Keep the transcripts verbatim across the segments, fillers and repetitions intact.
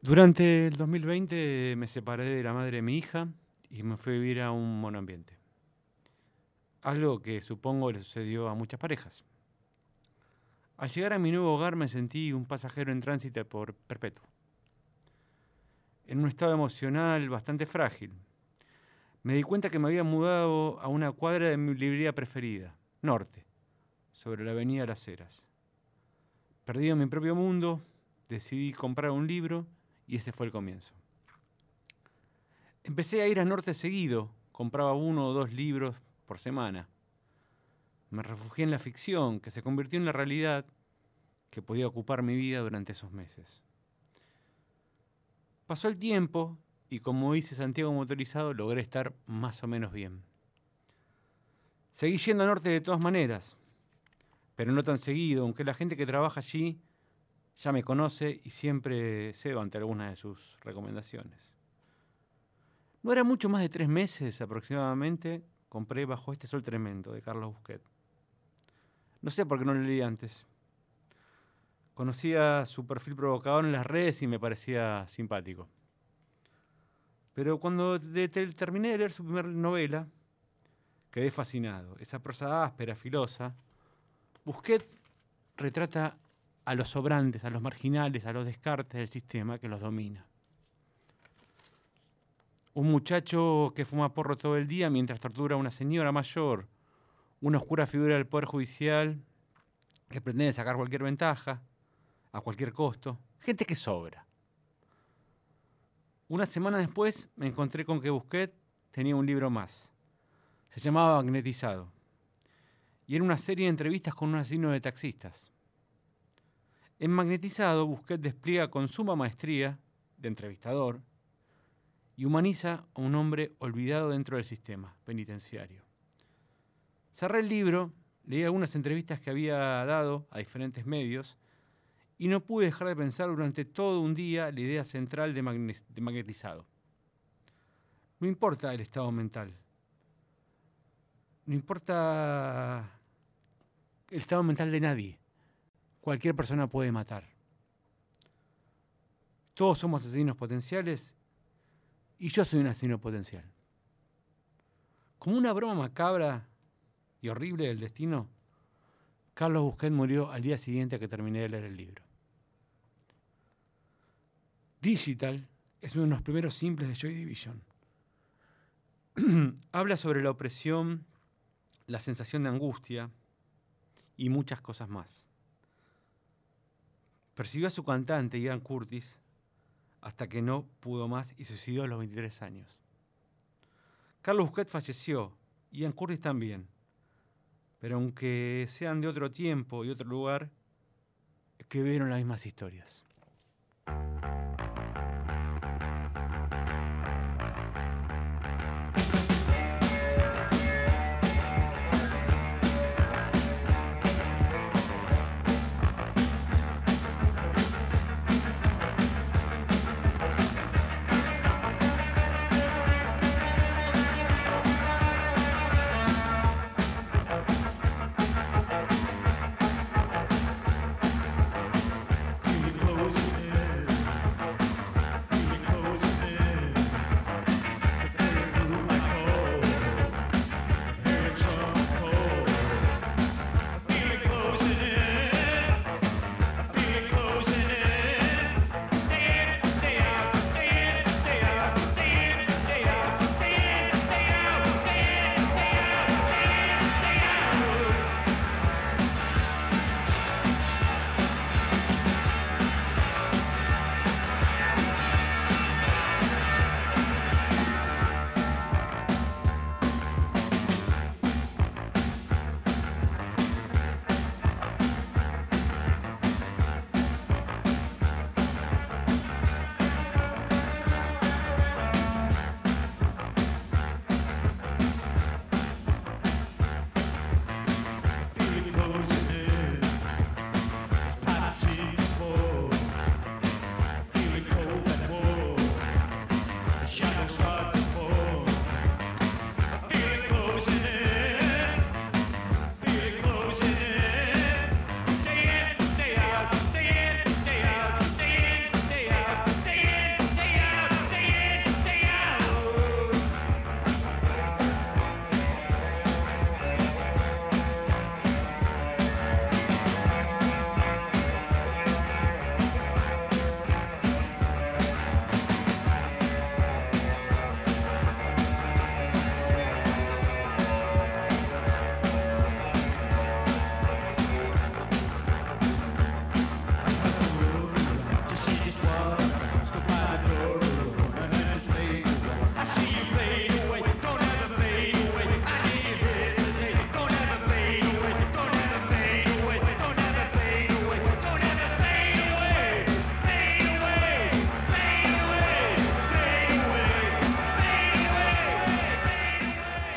Durante el dos mil veinte me separé de la madre de mi hija y me fui a vivir a un monoambiente. Algo que supongo le sucedió a muchas parejas. Al llegar a mi nuevo hogar me sentí un pasajero en tránsito por perpetuo, en un estado emocional bastante frágil. Me di cuenta que me había mudado a una cuadra de mi librería preferida, Norte, sobre la avenida Las Heras. Perdido en mi propio mundo, decidí comprar un libro y ese fue el comienzo. Empecé a ir a Norte seguido, compraba uno o dos libros por semana. Me refugié en la ficción, que se convirtió en la realidad que podía ocupar mi vida durante esos meses. Pasó el tiempo y como hice Santiago motorizado, logré estar más o menos bien. Seguí yendo a Norte de todas maneras, pero no tan seguido, aunque la gente que trabaja allí ya me conoce y siempre cedo ante algunas de sus recomendaciones. No era mucho más de tres meses aproximadamente, compré Bajo este sol tremendo, de Carlos Busquet. No sé por qué no lo leí antes. Conocía su perfil provocador en las redes y me parecía simpático. Pero cuando de, de, terminé de leer su primera novela, quedé fascinado. Esa prosa áspera, filosa. Busquet retrata a los sobrantes, a los marginales, a los descartes del sistema que los domina. Un muchacho que fuma porro todo el día mientras tortura a una señora mayor, una oscura figura del Poder Judicial que pretende sacar cualquier ventaja, a cualquier costo, gente que sobra. Una semana después me encontré con que Busquet tenía un libro más. Se llamaba Magnetizado. Y era una serie de entrevistas con un asesino de taxistas. En Magnetizado, Busquet despliega con suma maestría de entrevistador y humaniza a un hombre olvidado dentro del sistema penitenciario. Cerré el libro, leí algunas entrevistas que había dado a diferentes medios y no pude dejar de pensar durante todo un día la idea central de, magne- de Magnetizado. No importa el estado mental, no importa el estado mental de nadie. Cualquier persona puede matar. Todos somos asesinos potenciales y yo soy un asesino potencial. Como una broma macabra y horrible del destino, Carlos Busquet murió al día siguiente que terminé de leer el libro. Digital es uno de los primeros simples de Joy Division. Habla sobre la opresión, la sensación de angustia y muchas cosas más. Persiguió a su cantante, Ian Curtis, hasta que no pudo más y se suicidó a los veintitrés años. Carlos Busquet falleció, Ian Curtis también. Pero aunque sean de otro tiempo y otro lugar, escribieron las mismas historias.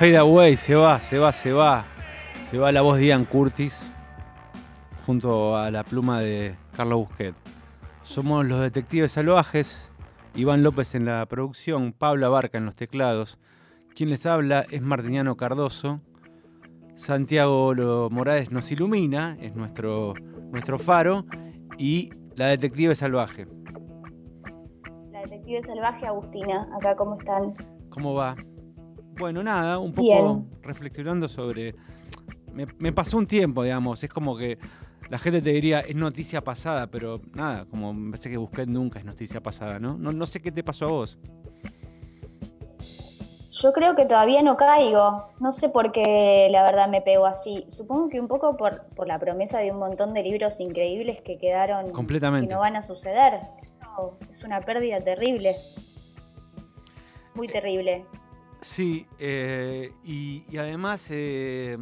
Fade Away, se va, se va, se va. Se va la voz de Ian Curtis junto a la pluma de Carlos Busquet. Somos los Detectives Salvajes, Iván López en la producción, Pablo Abarca en los teclados. Quien les habla es Martiniano Cardoso. Santiago Morales nos ilumina, es nuestro, nuestro faro. Y la Detective Salvaje. La Detective Salvaje, Agustina. Acá, ¿cómo están? ¿Cómo va? Bueno, nada, un poco Bien. Reflexionando sobre... Me, me pasó un tiempo, digamos, es como que la gente te diría, es noticia pasada, pero nada, como me parece que Busquet nunca es noticia pasada, ¿no? No, no sé qué te pasó a vos. Yo creo que todavía no caigo. No sé por qué la verdad me pegó así. Supongo que un poco por, por la promesa de un montón de libros increíbles que quedaron, completamente, que no van a suceder. Eso es una pérdida terrible. Muy terrible. Sí, eh, y, y además, eh,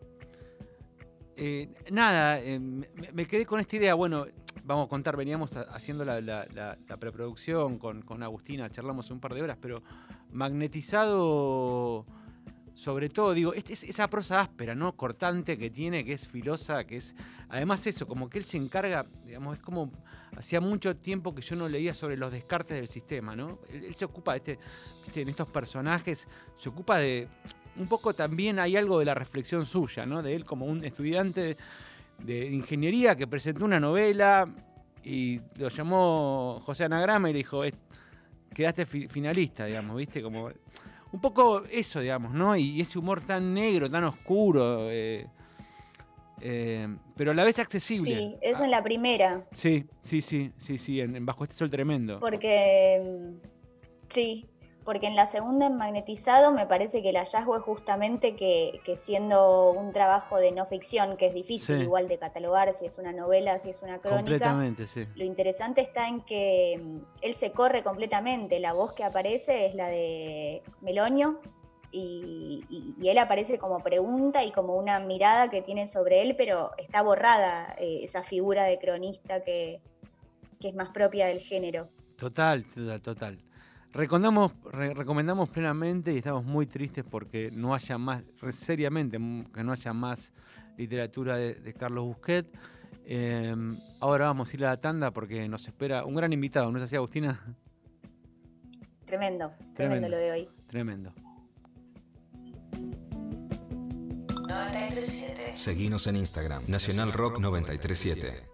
eh, nada, eh, me, me quedé con esta idea, bueno, vamos a contar, veníamos haciendo la, la, la, la preproducción con, con Agustina, charlamos un par de horas, pero Magnetizado, sobre todo, digo, es, es esa prosa áspera, ¿no? Cortante que tiene, que es filosa, que es, además eso, como que él se encarga, digamos, es como, hacía mucho tiempo que yo no leía sobre los descartes del sistema, ¿no? Él, él se ocupa de este, este, en estos personajes, se ocupa de, un poco también hay algo de la reflexión suya, ¿no? De él como un estudiante de ingeniería que presentó una novela y lo llamó José Anagrama y le dijo, quedaste fi- finalista, digamos, ¿viste? Como un poco eso, digamos, ¿no? Y ese humor tan negro, tan oscuro, eh, eh, pero a la vez accesible. Sí, eso en la primera. Sí, sí, sí, sí, sí, en, en Bajo este Sol Tremendo. Porque, sí, porque en la segunda, en Magnetizado, me parece que el hallazgo es justamente que, que siendo un trabajo de no ficción, que es difícil Sí. igual de catalogar si es una novela, si es una crónica, Completamente, sí. lo interesante está en que mm, él se corre completamente. La voz que aparece es la de Meloño y, y, y él aparece como pregunta y como una mirada que tiene sobre él, pero está borrada eh, esa figura de cronista que, que es más propia del género. Total, total, total. Recomendamos, re- recomendamos plenamente y estamos muy tristes porque no haya más, re- seriamente, m- que no haya más literatura de, de Carlos Busquet. Eh, ahora vamos a ir a la tanda porque nos espera un gran invitado, ¿no es así, Agustina? Tremendo, tremendo, Tremendo. lo de hoy. Tremendo. noventa y tres siete. Seguinos en Instagram, Nacional Rock noventa y tres siete.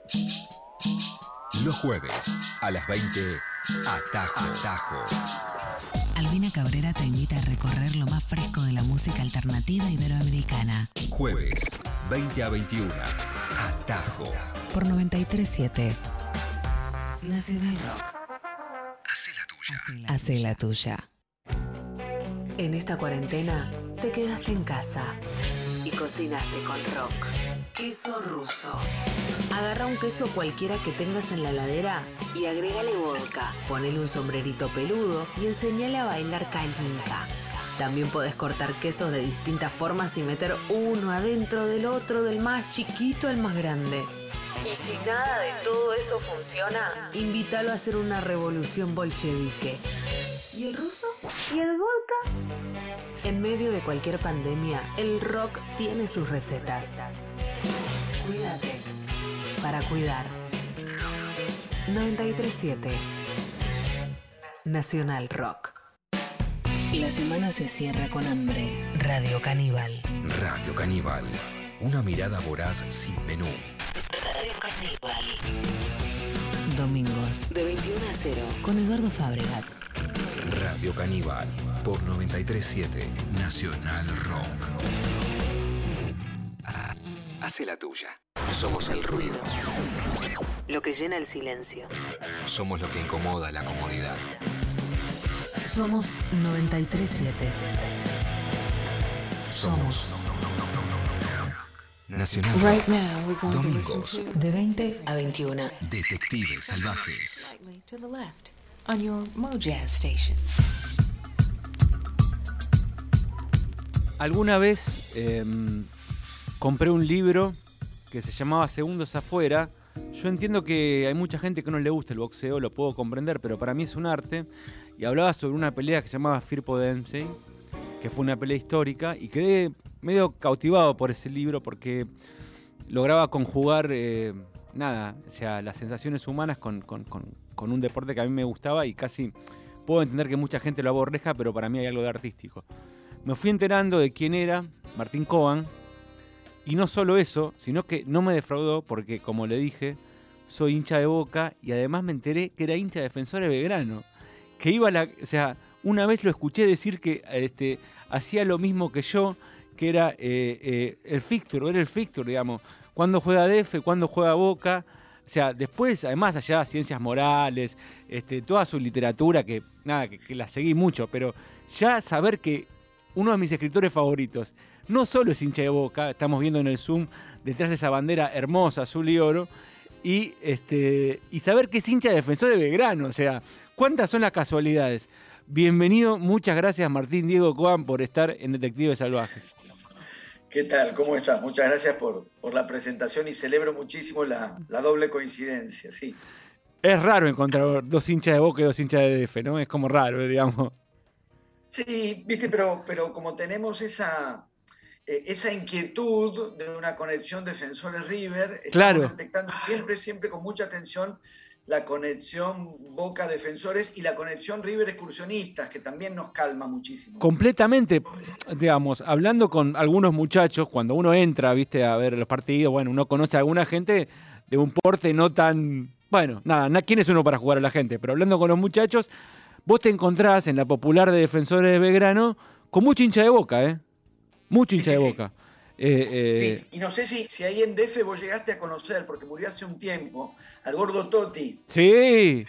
Los jueves, a las veinte, Atajo. Atajo. Albina Cabrera te invita a recorrer lo más fresco de la música alternativa iberoamericana. Jueves, veinte a veintiuno, Atajo. Por noventa y tres siete. Nacional Rock. Hacé la tuya. Hacé la tuya. En esta cuarentena te quedaste en casa y cocinaste con rock. Queso ruso. Agarra un queso cualquiera que tengas en la heladera y agrégale vodka. Ponele un sombrerito peludo y enseñale a bailar calinca. También podés cortar quesos de distintas formas y meter uno adentro del otro, del más chiquito al más grande. Y si nada de todo eso funciona, invítalo a hacer una revolución bolchevique. ¿Y el ruso? ¿Y el vodka? En medio de cualquier pandemia, el rock tiene sus recetas. Cuídate para cuidar. noventa y tres siete. Nacional Rock. La semana se cierra con hambre. Radio Caníbal. Radio Caníbal. Una mirada voraz sin menú. Radio Caníbal. Domingos de veintiuno a cero con Eduardo Fabregat. Radio Caníbal. Por noventa y tres siete. Nacional Rock. Ah, hacé la tuya. Somos el ruido. Lo que llena el silencio. Somos lo que incomoda la comodidad. Somos noventa y tres siete. Somos Nacional Right now, we're going to listen Domingos. to De veinte a veintiuno. Detectives Salvajes. slightly to the left on your Mojazz station. Alguna vez eh, compré un libro que se llamaba Segundos Afuera. Yo entiendo que hay mucha gente que no le gusta el boxeo, lo puedo comprender, pero para mí es un arte. Y hablaba sobre una pelea que se llamaba Firpo Dempsey. que fue una pelea histórica, y quedé medio cautivado por ese libro porque lograba conjugar, eh, nada, o sea, las sensaciones humanas con, con, con, con un deporte que a mí me gustaba, y casi puedo entender que mucha gente lo aborrezca, pero para mí hay algo de artístico. Me fui enterando de quién era Martín Cobán, y no solo eso, sino que no me defraudó porque, como le dije, soy hincha de Boca, y además me enteré que era hincha de Defensor de Belgrano, que iba a la, o sea, una vez lo escuché decir que este, hacía lo mismo que yo, que era eh, eh, el fixture, era el fixture, digamos, cuando juega D F, cuando juega Boca. O sea, después, además, allá ciencias morales, este, toda su literatura, que nada, que, que la seguí mucho, pero ya saber que uno de mis escritores favoritos no solo es hincha de Boca, estamos viendo en el Zoom detrás de esa bandera hermosa, azul y oro, y, este, y saber que es hincha de Defensor de Belgrano. O sea, ¿cuántas son las casualidades? Bienvenido, muchas gracias Martín Diego Cobán por estar en Detectives Salvajes. ¿Qué tal? ¿Cómo estás? Muchas gracias por, por la presentación y celebro muchísimo la, la doble coincidencia, sí. Es raro encontrar dos hinchas de Boca y dos hinchas de D F, ¿no? Es como raro, digamos. Sí, viste, pero, pero como tenemos esa, eh, esa inquietud de una conexión Defensores-River, claro, estamos detectando siempre, siempre con mucha atención la conexión Boca-Defensores y la conexión River-Excursionistas, que también nos calma muchísimo. Completamente, digamos, hablando con algunos muchachos, cuando uno entra, viste, a ver los partidos, bueno, uno conoce a alguna gente de un porte no tan... Bueno, nada, ¿quién es uno para jugar a la gente? Pero hablando con los muchachos, vos te encontrás en la popular de Defensores de Belgrano con mucho hincha de Boca, ¿eh? Mucho hincha sí, sí, de Boca. Sí. Eh, eh... Sí, y no sé si, si ahí en D F vos llegaste a conocer, porque murió hace un tiempo, al gordo Totti. Sí,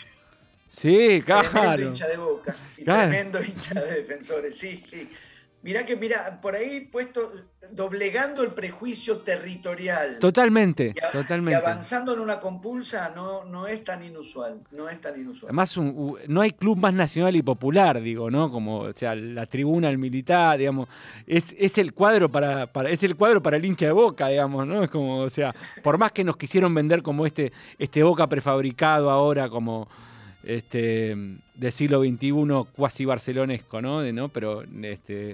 sí, claro. Tremendo hincha de Boca y claro. Tremendo hincha de Defensores, sí, sí. Mirá que, mirá, por ahí puesto, doblegando el prejuicio territorial. Totalmente, y a, totalmente. Y avanzando en una compulsa no, no es tan inusual, no es tan inusual. Además, un, un, no hay club más nacional y popular, digo, ¿no? Como, o sea, la tribuna, el militar, digamos, es, es el cuadro para, para, es el cuadro para el hincha de Boca, digamos, ¿no? Es como, o sea, por más que nos quisieron vender como este, este Boca prefabricado ahora, como este del siglo veintiuno, cuasi barcelonesco, ¿no? De, ¿no? Pero este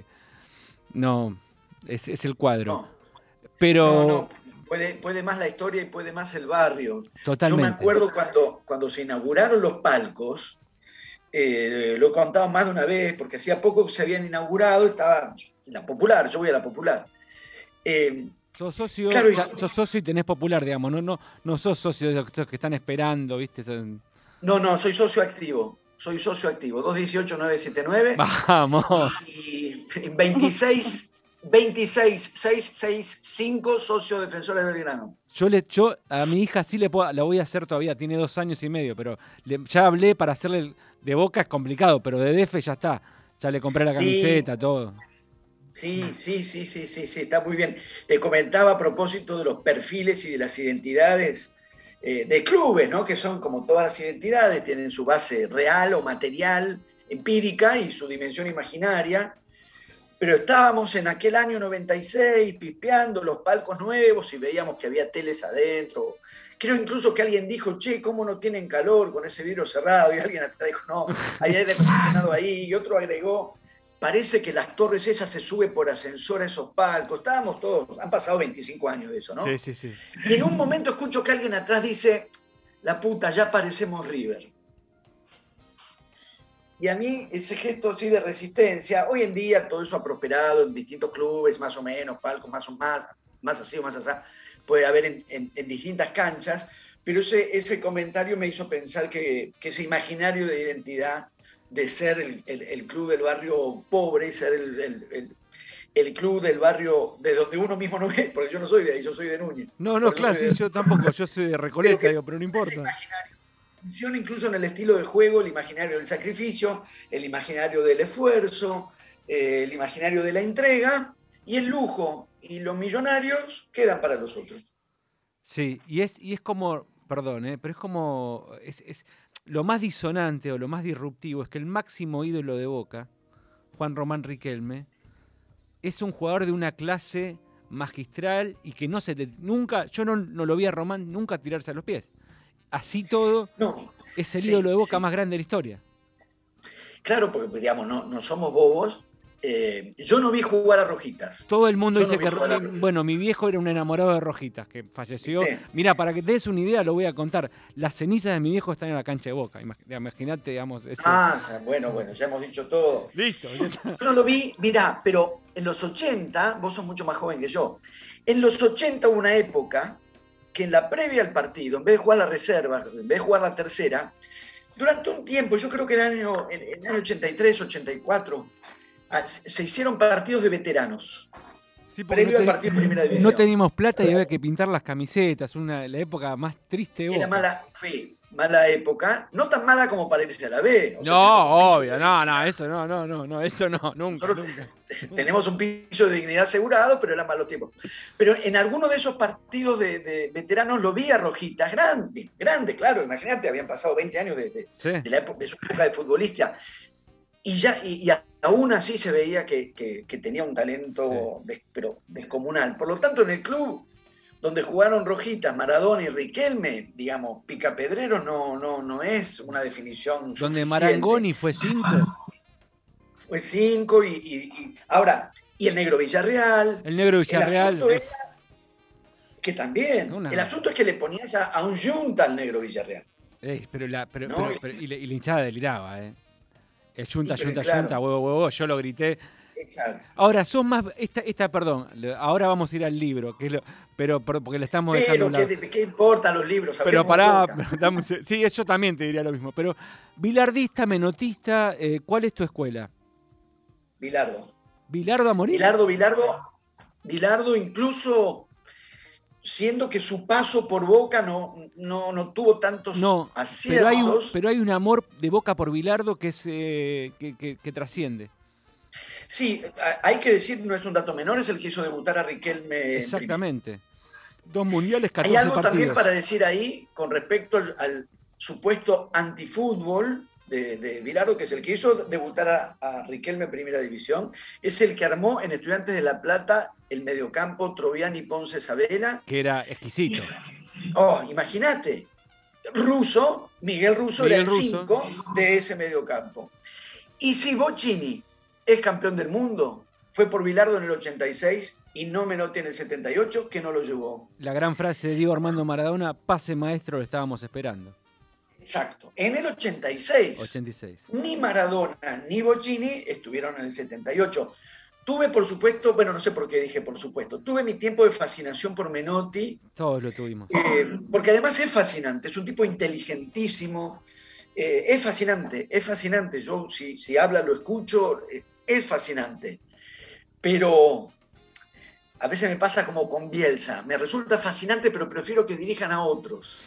no, es, es el cuadro. No. Pero no, no. Puede, puede más la historia y puede más el barrio. Totalmente. Yo me acuerdo cuando, cuando se inauguraron los palcos, eh, lo he contado más de una vez, porque hacía poco que se habían inaugurado, estaba la Popular, yo voy a la Popular. Eh, sos socio, claro, y... sos socio y tenés Popular, digamos, no, no, no sos socio de los que están esperando, ¿viste? Son... No, no, soy socio activo. Soy socio activo, dos uno ocho nueve siete nueve. Vamos. Y veintiséis, veintiséis, seiscientos sesenta y cinco socio Defensores de Belgrano. Yo, le, yo a mi hija sí le puedo, la voy a hacer todavía, tiene dos años y medio, pero le, ya hablé para hacerle de Boca, es complicado, pero de D F ya está. Ya le compré la camiseta, sí, todo. Sí, sí, sí, sí, sí, sí, está muy bien. Te comentaba a propósito de los perfiles y de las identidades eh, de clubes, ¿no? Que son como todas las identidades, tienen su base real o material, empírica y su dimensión imaginaria. Pero estábamos en aquel año noventa y seis pispeando los palcos nuevos y veíamos que había teles adentro. Creo incluso que alguien dijo, che, ¿cómo no tienen calor con ese vidrio cerrado? Y alguien atrás dijo, no, hay aire acondicionado ahí. Y otro agregó, parece que las torres esas se sube por ascensor a esos palcos. Estábamos todos, han pasado veinticinco años de eso, ¿no? Sí, sí, sí. Y en un momento escucho que alguien atrás dice, la puta, ya parecemos River. Y a mí ese gesto así de resistencia, hoy en día todo eso ha prosperado en distintos clubes, más o menos, palcos más o más, más así o más así, puede haber en, en, en distintas canchas, pero ese, ese comentario me hizo pensar que, que ese imaginario de identidad de ser el, el, el club del barrio pobre, ser el, el, el, el club del barrio de donde uno mismo no es, porque yo no soy de ahí, yo soy de Núñez. No, no, claro, sí, de... yo tampoco, yo soy de Recoleta, pero, digo, pero no importa. Funciona incluso en el estilo de juego, el imaginario del sacrificio, el imaginario del esfuerzo, eh, el imaginario de la entrega, y el lujo y los millonarios quedan para los otros. Sí, y es, y es como, perdón, eh, pero es como, es, es lo más disonante o lo más disruptivo es que el máximo ídolo de Boca, Juan Román Riquelme, es un jugador de una clase magistral y que no se le, nunca, yo no, no lo vi a Román nunca tirarse a los pies. Así todo, no, es el sí, ídolo de Boca sí. más grande de la historia. Claro, porque digamos, no, no somos bobos. Eh, yo no vi jugar a Rojitas. Todo el mundo Yo dice no vi que... jugar a mi- Rojitas. bueno, mi viejo era un enamorado de Rojitas, que falleció. ¿Viste? Mira, para que te des una idea, lo voy a contar. Las cenizas de mi viejo están en la cancha de Boca. Imag- Imagínate, digamos... Ese... Ah, bueno, bueno, ya hemos dicho todo. Listo. ya está. Yo no lo vi, mirá, pero en los ochenta, vos sos mucho más joven que yo, en los ochenta hubo una época que en la previa al partido, en vez de jugar la reserva, en vez de jugar la tercera, durante un tiempo, yo creo que en el año, en, en el año ochenta y tres, ochenta y cuatro, ah, se hicieron partidos de veteranos, Sí, porque previo no, al ten- partido de primera división. no teníamos plata y había que pintar las camisetas. Una, la época más triste de Boca. Era mala, fue mala época, no tan mala como para irse a la B. O sea, No, tenemos un piso obvio, de- no, no, eso no, no, no, no, eso no, nunca, Nosotros nunca. Tenemos un piso de dignidad asegurado, pero eran malos tiempos. Pero en alguno de esos partidos de, de veteranos lo vi a Rojitas, grande, grande, claro, imagínate, habían pasado veinte años de, de- Sí. de la época, de su época de futbolista. Y ya y, y aún así se veía que, que- que tenía un talento des- pero descomunal. Por lo tanto, en el club donde jugaron Rojitas, Maradona y Riquelme, digamos, Picapedreros no, no, no es una definición Donde suficiente. Marangoni fue cinco, Fue cinco y, y- y- ahora, y el Negro Villarreal, el negro Villarreal. asunto es que también, Una- el asunto es que le ponías a, a un yunta al Negro Villarreal. Eh, pero la, pero, No, pero- y- pero- y, la, y la hinchada deliraba, ¿eh? El yunta, Sí, pero yunta, claro. yunta, huevo, huevo, yo lo grité. Exacto. Ahora, sos más, esta, esta, perdón, le- ahora vamos a ir al libro, que es lo, pero, pero porque le estamos dejando Pero, un lado. ¿qué, qué importan los libros? Pero Hablemos pará, de Boca. pero dame un se- sí, yo también te diría lo mismo. Pero, bilardista, menotista, eh, ¿cuál es tu escuela? Bilardo. ¿Bilardo a morir? Bilardo, Bilardo, Bilardo incluso siendo que su paso por Boca no, no, no tuvo tantos No, pero aciertos. hay, un, pero hay un amor de Boca por Bilardo que, es, eh, que, que- que trasciende. Sí, a- hay que decir, no es un dato menor, es el que hizo debutar a Riquelme. en primera. Exactamente. Dos mundiales, Hay catorce algo también partidos. para decir ahí con respecto al, al supuesto antifútbol de, de Bilardo, que es el que hizo debutar a, a Riquelme en Primera División, es el que armó en Estudiantes de La Plata el mediocampo Troviani, Ponce, Sabela. Que era exquisito. Oh, imagínate, Russo, Miguel Russo Miguel era el Russo. cinco de ese mediocampo. Y si Bocchini es campeón del mundo, fue por Bilardo en el ochenta y seis y no Menotti en el setenta y ocho, que no lo llevó. La gran frase de Diego Armando Maradona, pase maestro, lo estábamos esperando. Exacto. En el ochenta y seis, ochenta y seis. ni Maradona ni Bocchini estuvieron en el setenta y ocho. Tuve, por supuesto, bueno, no sé por qué dije por supuesto, tuve mi tiempo de fascinación por Menotti, Todos lo tuvimos. eh, porque además es fascinante, es un tipo inteligentísimo, eh, es fascinante, es fascinante. Yo, si, si habla, lo escucho, eh, es fascinante. Pero a veces me pasa como con Bielsa, me resulta fascinante, pero prefiero que dirijan a otros.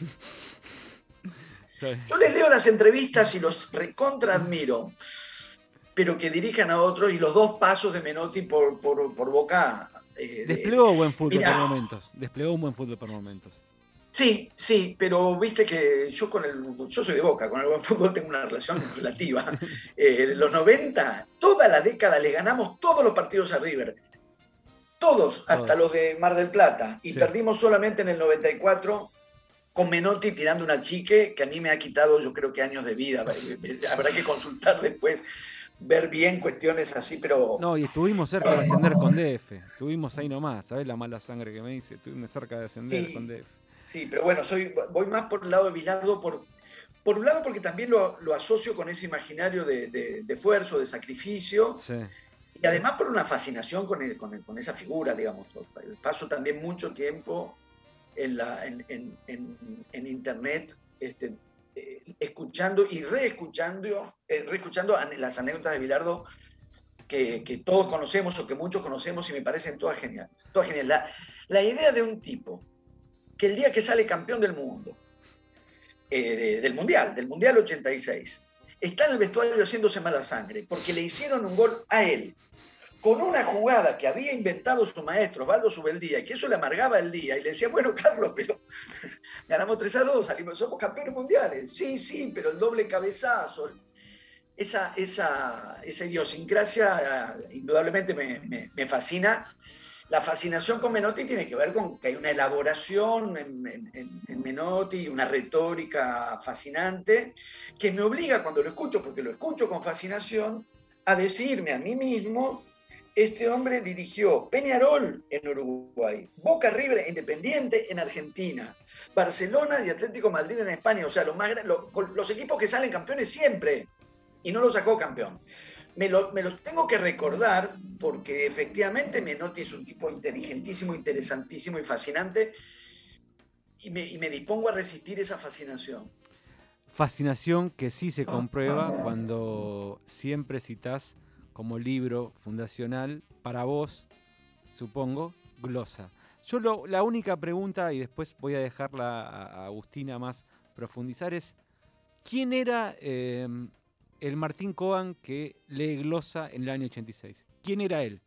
Yo les leo las entrevistas y los recontra admiro, pero que dirijan a otros, y los dos pasos de Menotti por, por, por Boca. eh, de- Desplegó buen fútbol Mirá. por momentos. Desplegó un buen fútbol por momentos. Sí, sí, pero viste que yo con el, yo soy de Boca, con el buen fútbol tengo una relación relativa. Eh, los noventa, toda la década le ganamos todos los partidos a River. Todos, hasta Todos. los de Mar del Plata. Y Sí. perdimos solamente en el noventa y cuatro con Menotti tirando una chique que a mí me ha quitado, yo creo que años de vida. Habrá que consultar después, ver bien cuestiones así, pero... No, y estuvimos cerca de ascender con D F. Estuvimos ahí nomás, ¿sabés la mala sangre que me dice? Estuvimos cerca de ascender Sí. con D F. Sí, pero bueno, soy, voy más por el lado de Bilardo, por, por un lado porque también lo, lo asocio con ese imaginario de, de- de esfuerzo, de sacrificio, Sí. y además por una fascinación con, el- con, el- con esa figura, digamos. Paso también mucho tiempo en, la, en, en- en- en internet, este, eh, escuchando y reescuchando, eh, reescuchando an- las anécdotas de Bilardo que, que todos conocemos o que muchos conocemos y me parecen todas geniales. Todas geniales. La, la idea de un tipo que el día que sale campeón del mundo, eh, de- del Mundial, del Mundial ochenta y seis, está en el vestuario haciéndose mala sangre, porque le hicieron un gol a él, con una jugada que había inventado su maestro, Osvaldo Subeldía, y que eso le amargaba el día, y le decía, bueno, Carlos, pero ganamos tres a dos, salimos, somos campeones mundiales. Sí, sí, pero el doble cabezazo, esa, esa, esa idiosincrasia, eh, indudablemente me, me- me fascina. La fascinación con Menotti tiene que ver con que hay una elaboración en, en- en- en Menotti, una retórica fascinante, que me obliga cuando lo escucho, porque lo escucho con fascinación, a decirme a mí mismo Este hombre dirigió Peñarol en Uruguay, Boca River Independiente en Argentina, Barcelona y Atlético Madrid en España. O sea, los, más, los, los equipos que salen campeones siempre. Y no lo sacó campeón. Me lo, me lo tengo que recordar porque efectivamente Menotti es un tipo inteligentísimo, interesantísimo y fascinante. Y me, y me dispongo a resistir esa fascinación. Fascinación que sí se comprueba cuando siempre citás como libro fundacional para vos, supongo, glosa. Yo lo, la única pregunta, y después voy a dejarla a, a Agustina más profundizar, es ¿quién era eh, el Martín Coban que lee glosa en el año ochenta y seis? ¿Quién era él?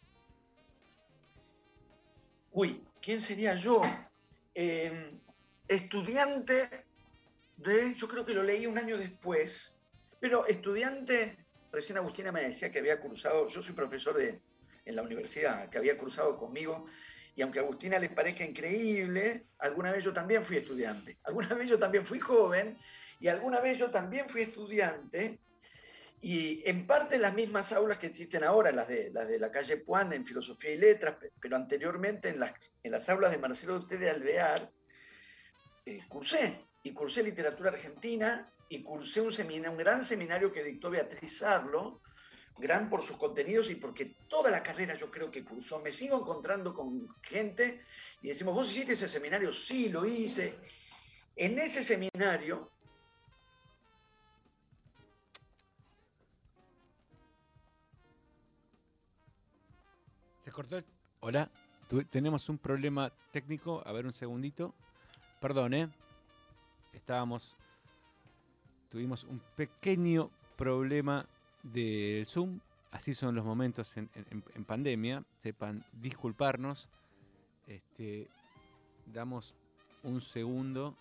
Uy, ¿quién sería yo? Eh, estudiante de, yo creo que lo leí un año después, pero estudiante, recién Agustina me decía que había cursado, yo soy profesor de, en la universidad, que había cursado conmigo, y aunque a Agustina le parezca increíble, alguna vez yo también fui estudiante, alguna vez yo también fui joven, y alguna vez yo también fui estudiante, y en parte en las mismas aulas que existen ahora, las de, las de la calle Puan en Filosofía y Letras, pero anteriormente en las, en las aulas de Marcelo Duté de Alvear, eh, cursé, y cursé literatura argentina, y cursé un, seminario, un gran seminario que dictó Beatriz Sarlo, gran por sus contenidos y porque toda la carrera yo creo que cursó. Me sigo encontrando con gente y decimos, ¿vos hiciste ese seminario? Sí, lo hice. En ese seminario... ¿Se cortó el... Hola, tu... tenemos un problema técnico. A ver, un segundito. Perdón, ¿eh? Estábamos... Tuvimos un pequeño problema del Zoom. Así son los momentos en, en, en pandemia. Sepan disculparnos. Este, damos un segundo.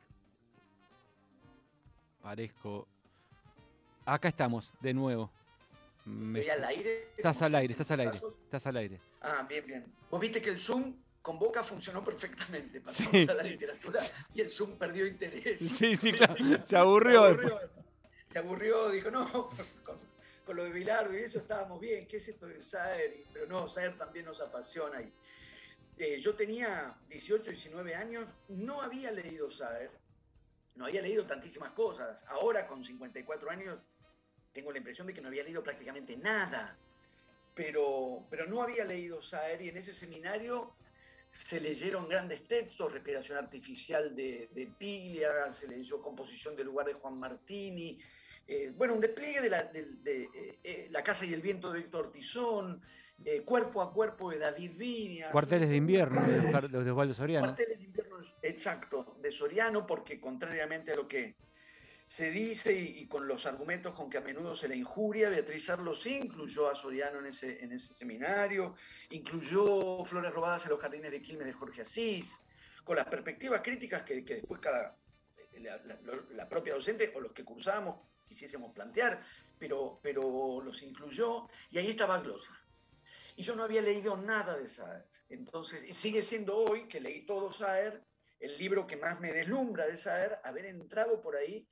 Parezco... Acá estamos, de nuevo. Me... ¿Estoy al aire? Estás al aire, estás al aire, estás al aire. Ah, bien, bien. Vos viste que el Zoom con Boca funcionó perfectamente. Pasamos sí. a la literatura y el Zoom perdió interés. Sí, sí, claro. Se aburrió. Se aburrió, se aburrió dijo, no, con, con lo de Bilardo y eso estábamos bien. ¿Qué es esto de Saer? Pero no, Saer también nos apasiona. Y, eh, yo tenía dieciocho, diecinueve años, no había leído Saer, no había leído tantísimas cosas. Ahora, con cincuenta y cuatro años, tengo la impresión de que no había leído prácticamente nada, pero, pero no había leído Saer y en ese seminario se leyeron grandes textos, Respiración Artificial de, de Piglia, se leyó Composición del Lugar de Juan Martini, eh, bueno, un despliegue de, la, de, de eh, eh, La Casa y el Viento de Héctor Tizón, eh, Cuerpo a Cuerpo de David Viñas. Cuarteles de Invierno de, de Osvaldo Soriano. Cuarteles de Invierno, exacto, de Soriano, porque contrariamente a lo que se dice, y, y con los argumentos con que a menudo se le injuria, Beatriz Sarlo sí incluyó a Soriano en ese, en ese seminario, incluyó Flores robadas en los jardines de Quilmes de Jorge Asís, con las perspectivas críticas que, que después cada, la, la, la propia docente o los que cursamos quisiésemos plantear, pero, pero los incluyó, y ahí estaba glosa. Y yo no había leído nada de Saer. Entonces, y sigue siendo hoy, que leí todo Saer, el libro que más me deslumbra de Saer, haber entrado por ahí.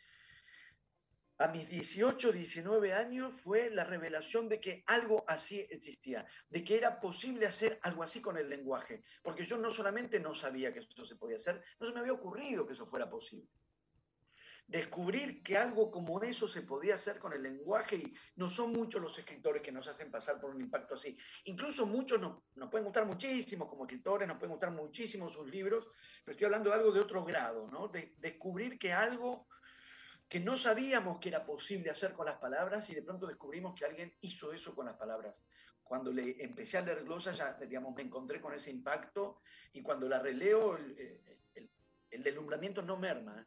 A mis dieciocho, diecinueve años fue la revelación de que algo así existía, de que era posible hacer algo así con el lenguaje, porque yo no solamente no sabía que eso se podía hacer, no se me había ocurrido que eso fuera posible. Descubrir que algo como eso se podía hacer con el lenguaje, y no son muchos los escritores que nos hacen pasar por un impacto así. Incluso muchos nos, nos pueden gustar muchísimo como escritores, nos pueden gustar muchísimo sus libros, pero estoy hablando de algo de otro grado, ¿no? De descubrir que algo que no sabíamos que era posible hacer con las palabras y de pronto descubrimos que alguien hizo eso con las palabras. Cuando le empecé a leer glosa, ya digamos, me encontré con ese impacto y cuando la releo, el, el, el deslumbramiento no merma.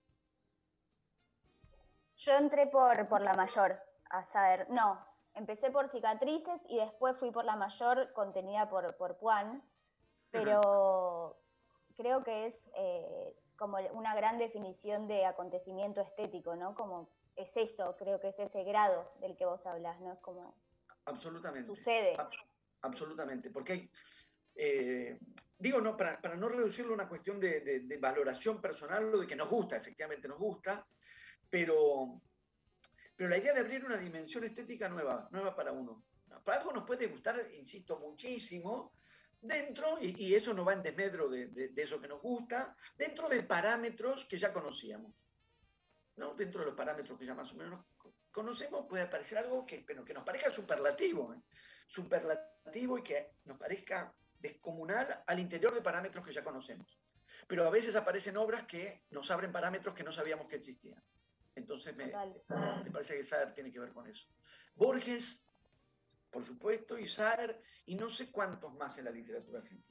Yo entré por, por la mayor, a saber, no, empecé por Cicatrices y después fui por la mayor contenida por, por Puan, pero uh-huh. creo que es... Eh, como una gran definición de acontecimiento estético, ¿no? Como es eso, creo que es ese grado del que vos hablás, ¿no? Es como... Absolutamente. Sucede. Ab- absolutamente, porque hay... Eh, digo, no, para, para no reducirlo a una cuestión de, de, de valoración personal, lo de que nos gusta, efectivamente nos gusta, pero, pero la idea de abrir una dimensión estética nueva, nueva para uno. Algo nos puede gustar, insisto, muchísimo, dentro, y, y eso no va en desmedro de, de, de eso que nos gusta, dentro de parámetros que ya conocíamos. ¿No? Dentro de los parámetros que ya más o menos conocemos, puede aparecer algo que, pero que nos parezca superlativo, ¿eh? superlativo y que nos parezca descomunal al interior de parámetros que ya conocemos. Pero a veces aparecen obras que nos abren parámetros que no sabíamos que existían. Entonces me, me parece que Saer tiene que ver con eso. Borges, por supuesto, y Saer, y no sé cuántos más en la literatura argentina.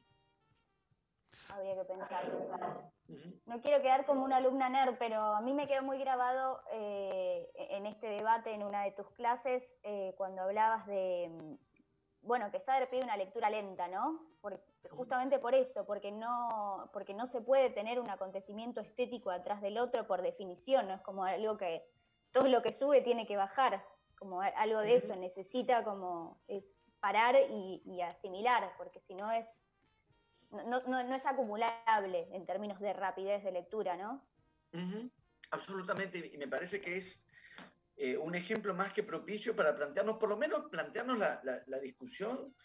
Habría que pensarlo. Uh-huh. No quiero quedar como una alumna nerd, pero a mí me quedó muy grabado eh, en este debate, en una de tus clases, eh, cuando hablabas de, bueno, que Saer pide una lectura lenta, ¿no? Por, justamente por eso, porque no, porque no se puede tener un acontecimiento estético atrás del otro por definición, ¿no? Es como algo que, todo lo que sube tiene que bajar, como algo de eso, necesita como, es parar y, y asimilar, porque si no es... No, no, no es acumulable en términos de rapidez de lectura, ¿no? Uh-huh. Absolutamente, y me parece que es eh, un ejemplo más que propicio para plantearnos, por lo menos plantearnos la, la, la discusión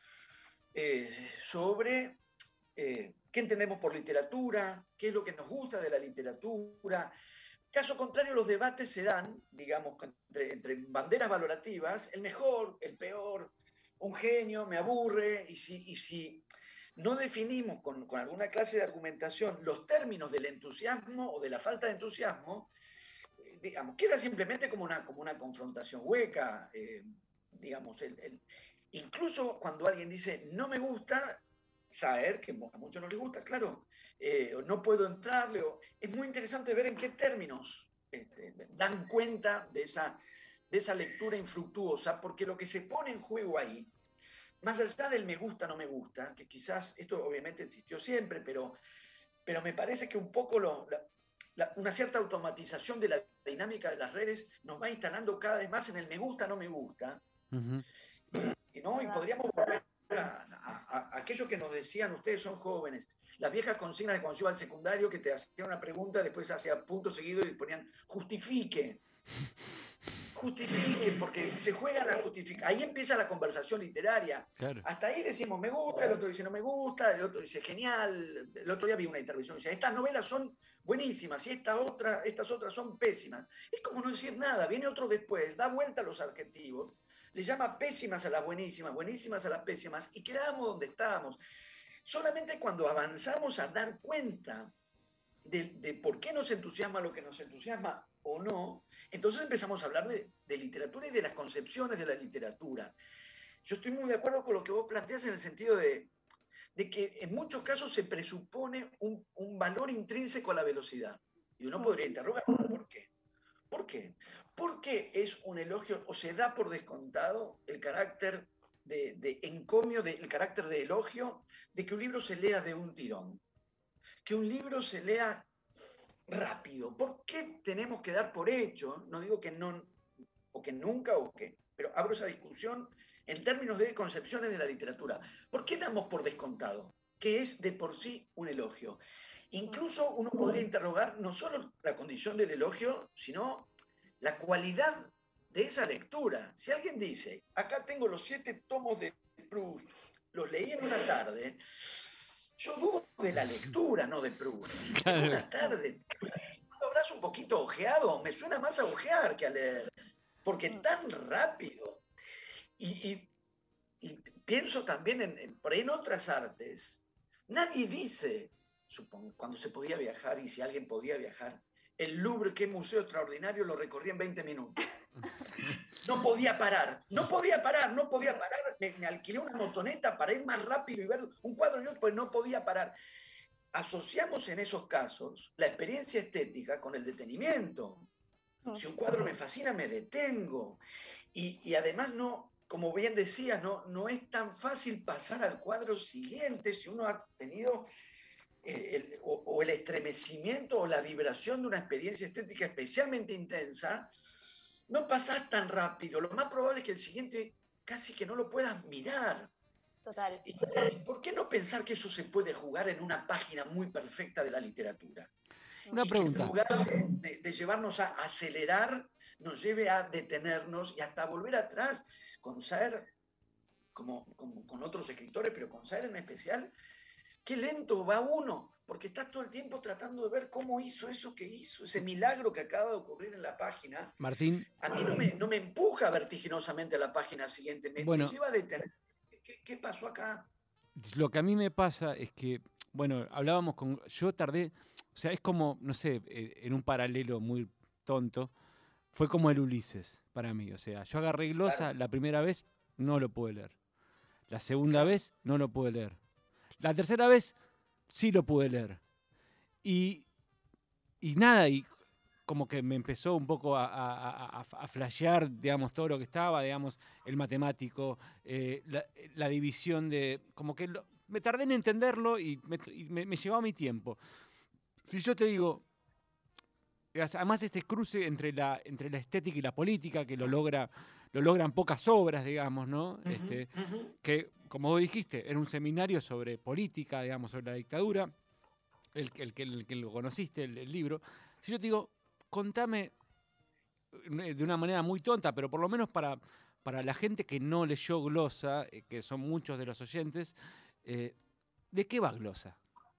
eh, sobre eh, qué entendemos por literatura, qué es lo que nos gusta de la literatura. Caso contrario, los debates se dan, digamos, entre, entre banderas valorativas, el mejor, el peor, un genio, me aburre, y si... Y si no definimos con, con alguna clase de argumentación los términos del entusiasmo o de la falta de entusiasmo, eh, digamos, queda simplemente como una, como una confrontación hueca. Eh, digamos, el, el, incluso cuando alguien dice no me gusta, Saer, que a muchos no les gusta, claro, eh, no puedo entrarle, o, es muy interesante ver en qué términos este, dan cuenta de esa, de esa lectura infructuosa, porque lo que se pone en juego ahí, más allá del me gusta, no me gusta, que quizás esto obviamente existió siempre, pero, pero me parece que un poco lo, la, la, una cierta automatización de la dinámica de las redes nos va instalando cada vez más en el me gusta, no me gusta. Uh-huh. y, ¿no? y podríamos volver a, a, a aquello que nos decían, ustedes son jóvenes, las viejas consignas de cuando yo iba al secundario que te hacían una pregunta, después hacía punto seguido y ponían justifique. Justifiquen, porque se juega la justificación. Ahí empieza la conversación literaria. Claro. Hasta ahí decimos me gusta, el otro dice no me gusta, el otro dice genial. El otro día vi una intervención y decía, estas novelas son buenísimas y esta otra, estas otras son pésimas. Es como no decir nada, viene otro después, da vuelta a los adjetivos, le llama pésimas a las buenísimas, buenísimas a las pésimas y quedamos donde estábamos. Solamente cuando avanzamos a dar cuenta de, de por qué nos entusiasma lo que nos entusiasma o no, entonces empezamos a hablar de, de literatura y de las concepciones de la literatura. Yo estoy muy de acuerdo con lo que vos planteás en el sentido de, de que en muchos casos se presupone un, un valor intrínseco a la velocidad. Y uno podría interrogar, ¿por qué? ¿Por qué? Porque es un elogio, o se da por descontado el carácter de, de encomio, de, el carácter de elogio de que un libro se lea de un tirón. Que un libro se lea rápido. ¿Por qué tenemos que dar por hecho? No digo que no, o que nunca, o que, pero abro esa discusión en términos de concepciones de la literatura. ¿Por qué damos por descontado? Que es de por sí un elogio. Incluso uno podría interrogar no solo la condición del elogio, sino la cualidad de esa lectura. Si alguien dice, acá tengo los siete tomos de Proust, los leí en una tarde, yo dudo de la lectura, no de Proust. En una tarde, ¿lo habrás un poquito ojeado? Me suena más a ojear que a leer, porque tan rápido. Y, y, y pienso también en, en, por ahí en otras artes, nadie dice, supongo, cuando se podía viajar y si alguien podía viajar, el Louvre, qué museo extraordinario, lo recorrí en veinte minutos. No podía parar, no podía parar, no podía parar. Me, me alquilé una motoneta para ir más rápido y ver un cuadro y otro, pues no podía parar. Asociamos en esos casos la experiencia estética con el detenimiento. Si un cuadro me fascina, me detengo. Y, y además, no, como bien decías, no, no es tan fácil pasar al cuadro siguiente si uno ha tenido eh, el, o, o el estremecimiento o la vibración de una experiencia estética especialmente intensa. No pasás tan rápido. Lo más probable es que el siguiente casi que no lo puedas mirar. Total. ¿Y por qué no pensar que eso se puede jugar en una página muy perfecta de la literatura? Una y pregunta. Que en lugar de, de, de llevarnos a acelerar, nos lleve a detenernos y hasta volver atrás con Saer. como, como con otros escritores, pero con Saer en especial, qué lento va uno, porque estás todo el tiempo tratando de ver cómo hizo eso que hizo, ese milagro que acaba de ocurrir en la página. Martín. A mí no me, no me empuja vertiginosamente a la página siguiente, me, bueno, me lleva a detener. ¿Qué, ¿Qué pasó acá? Lo que a mí me pasa es que, bueno, hablábamos con... Yo tardé, o sea, es como, no sé, en un paralelo muy tonto, fue como el Ulises para mí. O sea, yo agarré glosa, claro. La primera vez no lo pude leer. La segunda claro. vez no lo pude leer. La tercera vez sí lo pude leer. Y, y nada, y como que me empezó un poco a, a, a, a flashear, digamos, todo lo que estaba, digamos, el matemático, eh, la, la división de... Como que lo, me tardé en entenderlo y me, y me, me llevaba mi tiempo. Si yo te digo... Además, este cruce entre la, entre la estética y la política, que lo, logra, lo logran pocas obras, digamos, ¿no? Uh-huh, este, uh-huh. Que, como vos dijiste, era un seminario sobre política, digamos, sobre la dictadura, el, el, el, el que lo conociste, el, el libro. Si yo te digo, contame de una manera muy tonta, pero por lo menos para, para la gente que no leyó glosa, eh, que son muchos de los oyentes, eh, ¿de qué va glosa?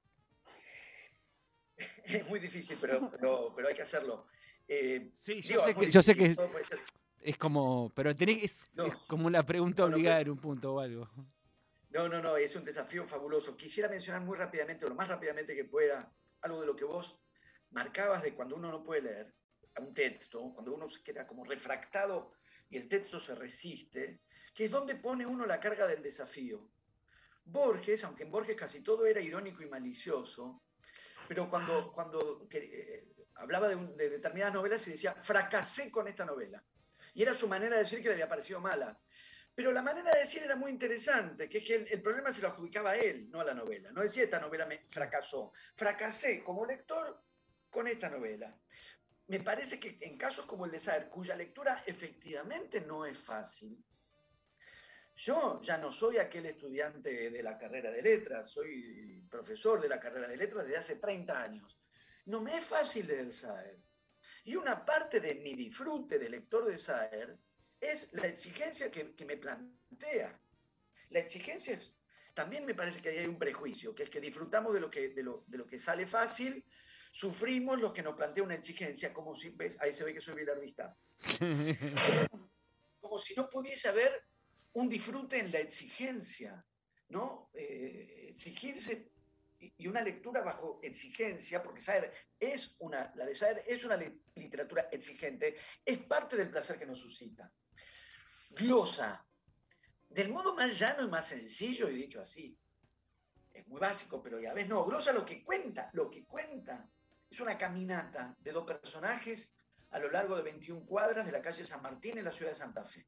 Es muy difícil, pero, pero, pero hay que hacerlo. Eh, sí, yo, digo, sé que, yo sé que es como, pero tenés, es, no, es como una pregunta no, no, obligada pero, en un punto o algo. No, no, no, es un desafío fabuloso. Quisiera mencionar muy rápidamente, o lo más rápidamente que pueda, algo de lo que vos marcabas de cuando uno no puede leer un texto, cuando uno se queda como refractado y el texto se resiste, que es donde pone uno la carga del desafío. Borges, aunque en Borges casi todo era irónico y malicioso, pero cuando, cuando eh, hablaba de, un, de determinadas novelas se decía, fracasé con esta novela. Y era su manera de decir que le había parecido mala. Pero la manera de decir era muy interesante, que es que el, el problema se lo adjudicaba a él, no a la novela. No decía, esta novela me fracasó. Fracasé como lector con esta novela. Me parece que en casos como el de Saer, cuya lectura efectivamente no es fácil, yo ya no soy aquel estudiante de la carrera de letras, soy profesor de la carrera de letras desde hace treinta años. No me es fácil leer Saer. Y una parte de mi disfrute de lector de Saer es la exigencia que, que me plantea. La exigencia es, también me parece que ahí hay un prejuicio, que es que disfrutamos de lo que, de lo, de lo que sale fácil, sufrimos los que nos plantea una exigencia, como si, ¿ves? Ahí se ve que soy bilardista. Como si no pudiese haber un disfrute en la exigencia, ¿no? Eh, exigirse y una lectura bajo exigencia, porque Saer es una, la de Saer es una literatura exigente, es parte del placer que nos suscita. Glosa, del modo más llano y más sencillo, y dicho así, es muy básico, pero ya ves, no, glosa lo que cuenta, lo que cuenta es una caminata de dos personajes a lo largo de veintiuna cuadras de la calle San Martín en la ciudad de Santa Fe.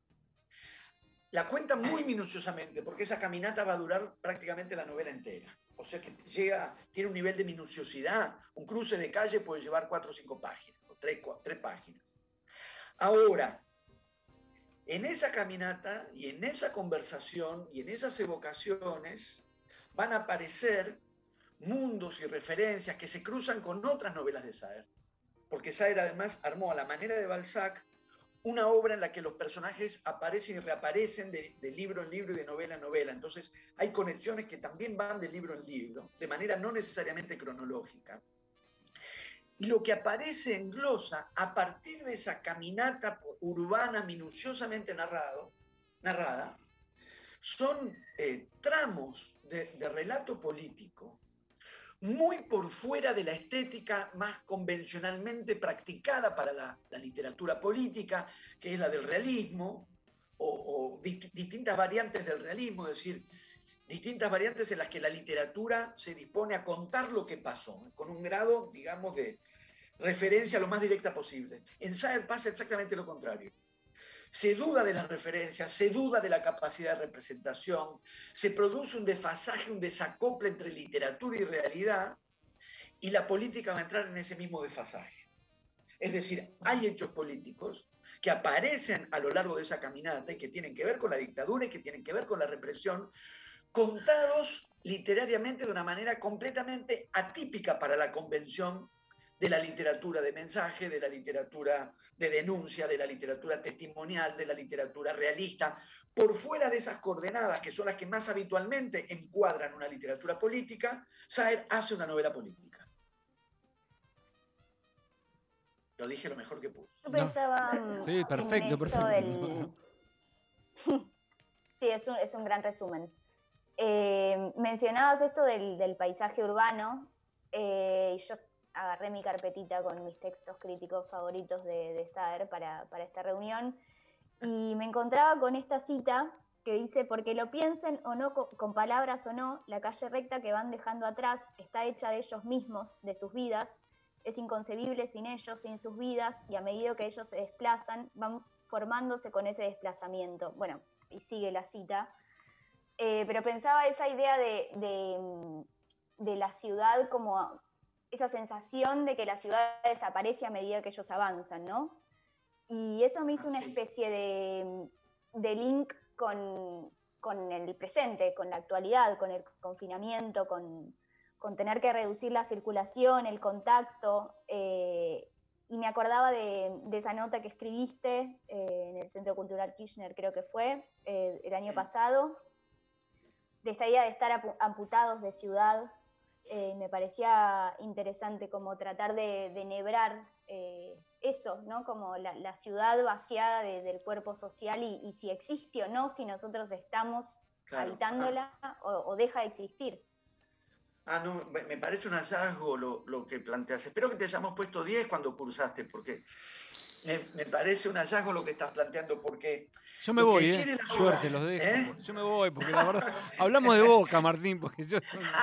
La cuenta muy minuciosamente, porque esa caminata va a durar prácticamente la novela entera. O sea que llega, tiene un nivel de minuciosidad. Un cruce de calle puede llevar cuatro o cinco páginas, o tres, cuatro, tres páginas. Ahora, en esa caminata y en esa conversación y en esas evocaciones van a aparecer mundos y referencias que se cruzan con otras novelas de Saer. Porque Saer además armó a la manera de Balzac una obra en la que los personajes aparecen y reaparecen de, de libro en libro y de novela en novela. Entonces hay conexiones que también van de libro en libro, de manera no necesariamente cronológica. Y lo que aparece en glosa, a partir de esa caminata urbana minuciosamente narrado, narrada, son eh, tramos de, de relato político muy por fuera de la estética más convencionalmente practicada para la, la literatura política, que es la del realismo, o, o dist- distintas variantes del realismo, es decir, distintas variantes en las que la literatura se dispone a contar lo que pasó, con un grado, digamos, de referencia lo más directa posible. En Saer pasa exactamente lo contrario. Se duda de las referencias, se duda de la capacidad de representación, se produce un desfasaje, un desacople entre literatura y realidad, y la política va a entrar en ese mismo desfasaje. Es decir, hay hechos políticos que aparecen a lo largo de esa caminata y que tienen que ver con la dictadura y que tienen que ver con la represión, contados literariamente de una manera completamente atípica para la convención de la literatura de mensaje, de la literatura de denuncia, de la literatura testimonial, de la literatura realista. Por fuera de esas coordenadas, que son las que más habitualmente encuadran una literatura política, Saer hace una novela política. Lo dije lo mejor que pude. Yo pensaba no. Sí, perfecto, en esto perfecto. Del... sí, es un, es un gran resumen. Eh, mencionabas esto del, del paisaje urbano, eh, y yo agarré mi carpetita con mis textos críticos favoritos de, de Saer para, para esta reunión, y me encontraba con esta cita que dice: porque lo piensen o no, con, con palabras o no, la calle recta que van dejando atrás está hecha de ellos mismos, de sus vidas, es inconcebible sin ellos, sin sus vidas, y a medida que ellos se desplazan, van formándose con ese desplazamiento. Bueno, y sigue la cita. Eh, pero pensaba esa idea de, de, de la ciudad como esa sensación de que la ciudad desaparece a medida que ellos avanzan, ¿no? Y eso me hizo una especie de, de link con, con el presente, con la actualidad, con el confinamiento, con, con tener que reducir la circulación, el contacto. Eh, y me acordaba de, de esa nota que escribiste eh, en el Centro Cultural Kirchner, creo que fue, eh, el año pasado, de esta idea de estar amputados de ciudad. Eh, me parecía interesante como tratar de, de enhebrar eh, eso, ¿no? Como la, la ciudad vaciada de, del cuerpo social y, y si existe o no, si nosotros estamos claro. habitándola ah. o, o deja de existir. Ah, no, me parece un hallazgo lo, lo que planteas. Espero que te hayamos puesto diez cuando cursaste, porque me, me parece un hallazgo lo que estás planteando, porque... Yo me voy, ¿eh? Suerte, los dejo. ¿Eh? Yo me voy, porque la verdad... Hablamos de Boca, Martín, porque yo...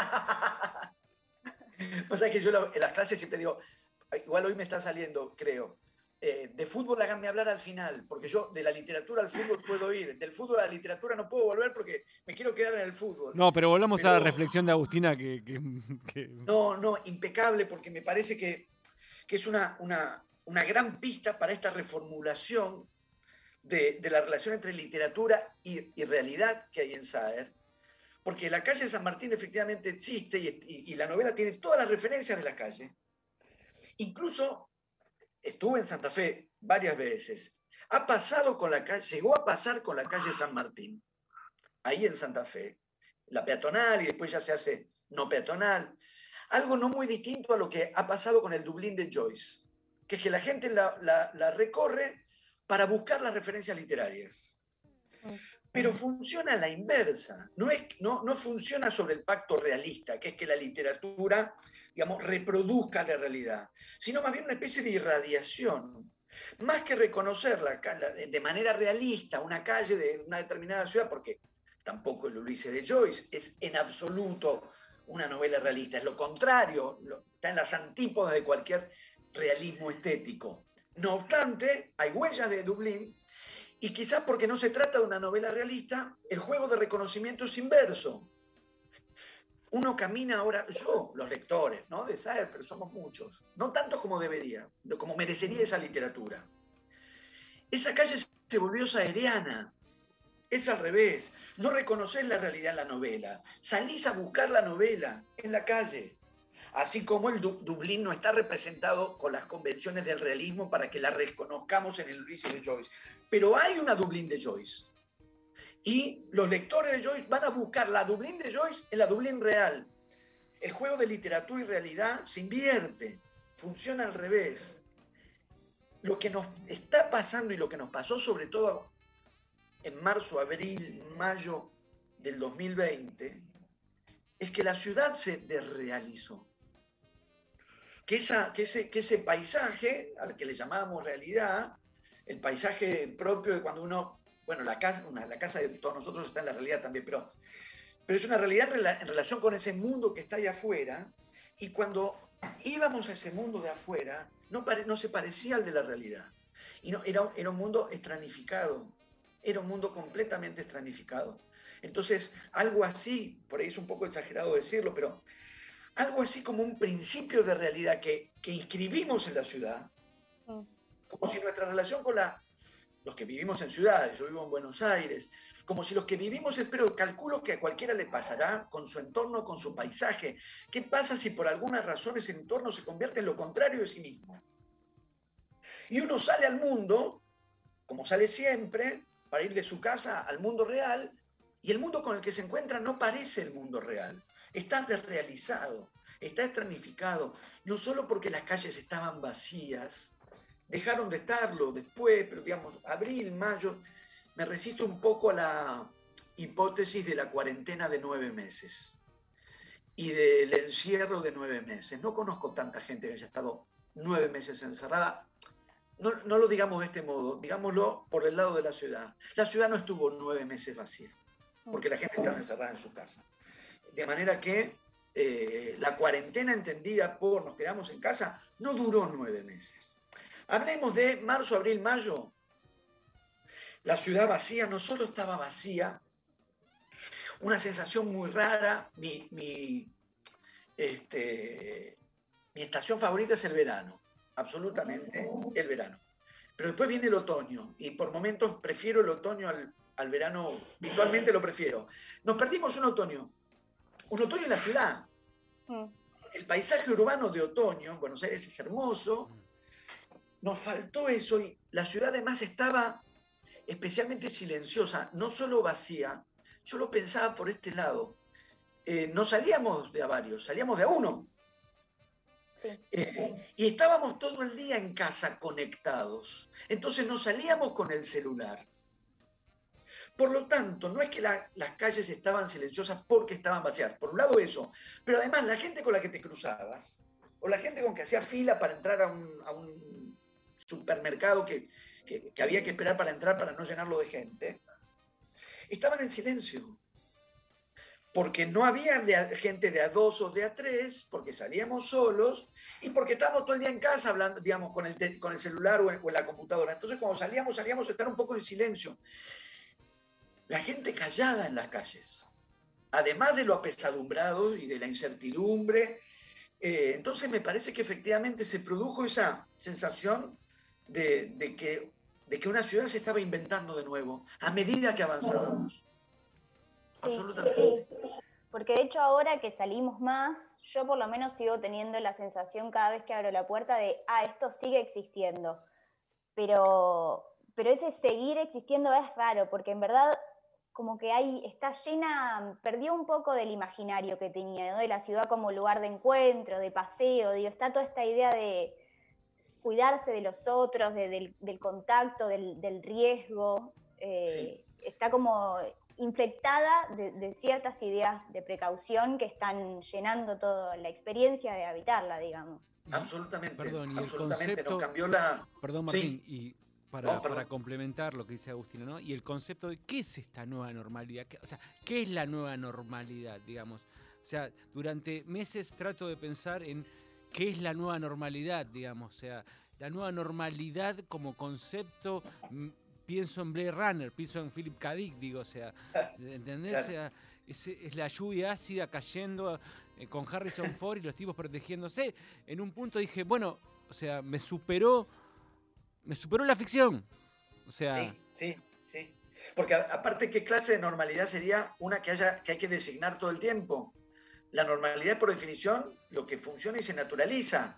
O sea que yo en las clases siempre digo, igual hoy me está saliendo, creo, eh, de fútbol háganme hablar al final, porque yo de la literatura al fútbol puedo ir, del fútbol a la literatura no puedo volver porque me quiero quedar en el fútbol. No, pero volvamos pero, a la reflexión de Agustina que... que, que... No, no, impecable, porque me parece que, que es una, una, una gran pista para esta reformulación de, de la relación entre literatura y, y realidad que hay en Saer. Porque la calle San Martín efectivamente existe y, y, y la novela tiene todas las referencias de la calle. Incluso estuve en Santa Fe varias veces. Ha pasado con la calle, llegó a pasar con la calle San Martín, ahí en Santa Fe, la peatonal y después ya se hace no peatonal. Algo no muy distinto a lo que ha pasado con el Dublín de Joyce, que es que la gente la, la, la recorre para buscar las referencias literarias. Pero funciona a la inversa, no, es, no, no funciona sobre el pacto realista, que es que la literatura, digamos, reproduzca la realidad, sino más bien una especie de irradiación. Más que reconocerla de manera realista una calle de una determinada ciudad, porque tampoco el Ulises de Joyce es en absoluto una novela realista, es lo contrario, está en las antípodas de cualquier realismo estético. No obstante, hay huellas de Dublín. Y quizás porque no se trata de una novela realista, el juego de reconocimiento es inverso. Uno camina ahora, yo, los lectores, ¿no? De Saer, pero somos muchos, no tantos como debería, como merecería esa literatura. Esa calle se volvió saeriana, es al revés. No reconoces la realidad en la novela, salís a buscar la novela en la calle. Así como el du Dublín no está representado con las convenciones del realismo para que la reconozcamos en el Ulises de Joyce. Pero hay una Dublín de Joyce. Y los lectores de Joyce van a buscar la Dublín de Joyce en la Dublín real. El juego de literatura y realidad se invierte, funciona al revés. Lo que nos está pasando y lo que nos pasó sobre todo en marzo, abril, mayo del dos mil veinte, es que la ciudad se desrealizó. Que, esa, que, ese, que ese paisaje, al que le llamábamos realidad, el paisaje propio de cuando uno, bueno, la casa, una, la casa de todos nosotros está en la realidad también, pero, pero es una realidad en, en relación con ese mundo que está ahí afuera, y cuando íbamos a ese mundo de afuera, no, pare, no se parecía al de la realidad. Y no, era, era un mundo estranificado, era un mundo completamente estranificado. Entonces, algo así, por ahí es un poco exagerado decirlo, pero algo así como un principio de realidad que, que inscribimos en la ciudad, como si nuestra relación con la, los que vivimos en ciudades, yo vivo en Buenos Aires, como si los que vivimos, pero calculo que a cualquiera le pasará con su entorno, con su paisaje. ¿Qué pasa si por alguna razón ese entorno se convierte en lo contrario de sí mismo? Y uno sale al mundo, como sale siempre, para ir de su casa al mundo real, y el mundo con el que se encuentra no parece el mundo real. Está desrealizado, está estratificado, no solo porque las calles estaban vacías, dejaron de estarlo después, pero digamos, abril, mayo, me resisto un poco a la hipótesis de la cuarentena de nueve meses y del encierro de nueve meses. No conozco tanta gente que haya estado nueve meses encerrada. No, no lo digamos de este modo, digámoslo por el lado de la ciudad. La ciudad no estuvo nueve meses vacía, porque la gente estaba encerrada en su casa. De manera que eh, la cuarentena entendida por nos quedamos en casa no duró nueve meses. Hablemos de marzo, abril, mayo. La ciudad vacía no solo estaba vacía, una sensación muy rara. Mi, mi, este, mi estación favorita es el verano, absolutamente el verano. Pero después viene el otoño y por momentos prefiero el otoño al, al verano, visualmente lo prefiero. Nos perdimos un otoño, un otoño en la ciudad. El paisaje urbano de otoño en Buenos Aires es hermoso. Nos faltó eso y la ciudad además estaba especialmente silenciosa, no solo vacía. Yo lo pensaba por este lado. Eh, no salíamos de a varios, salíamos de a uno. Sí. Eh, y estábamos todo el día en casa conectados. Entonces no salíamos con el celular. Por lo tanto, no es que la, las calles estaban silenciosas porque estaban vacías. Por un lado eso. Pero además la gente con la que te cruzabas, o la gente con que hacía fila para entrar a un, a un supermercado que, que, que había que esperar para entrar para no llenarlo de gente, estaban en silencio. Porque no había de a, gente de a dos o de a tres, porque salíamos solos y porque estábamos todo el día en casa hablando, digamos, con el, te, con el celular o en, o en la computadora. Entonces, cuando salíamos, salíamos a estar un poco en silencio. La gente callada en las calles, además de lo apesadumbrado y de la incertidumbre. Eh, entonces, me parece que efectivamente se produjo esa sensación de, de, que, de que una ciudad se estaba inventando de nuevo a medida que avanzábamos. Sí, Absolutamente. sí, porque de hecho ahora que salimos más, yo por lo menos sigo teniendo la sensación cada vez que abro la puerta de, ah, esto sigue existiendo, pero, pero ese seguir existiendo es raro, porque en verdad como que hay, está llena, perdió un poco del imaginario que tenía, ¿no? De la ciudad como lugar de encuentro, de paseo, digo, está toda esta idea de cuidarse de los otros, de, del, del contacto, del, del riesgo, eh, sí. Está como infectada de, de ciertas ideas de precaución que están llenando toda la experiencia de habitarla, digamos. Absolutamente. Perdón, y absolutamente. el concepto, nos cambió la... Perdón, Martín, sí. y para, oh, para complementar lo que dice Agustina, ¿no? Y el concepto de qué es esta nueva normalidad, o sea, ¿qué es la nueva normalidad, digamos? O sea, durante meses trato de pensar en qué es la nueva normalidad, digamos, o sea, la nueva normalidad como concepto... Pienso en Blade Runner, pienso en Philip K. Dick, digo, o sea, ¿entendés? Claro. O sea, es, es la lluvia ácida cayendo eh, con Harrison Ford y los tipos protegiéndose. En un punto dije, bueno, o sea, me superó, me superó la ficción. O sea... Sí, sí, sí. Porque a, aparte, ¿qué clase de normalidad sería una que haya que hay que designar todo el tiempo? La normalidad, por definición, lo que funciona y se naturaliza.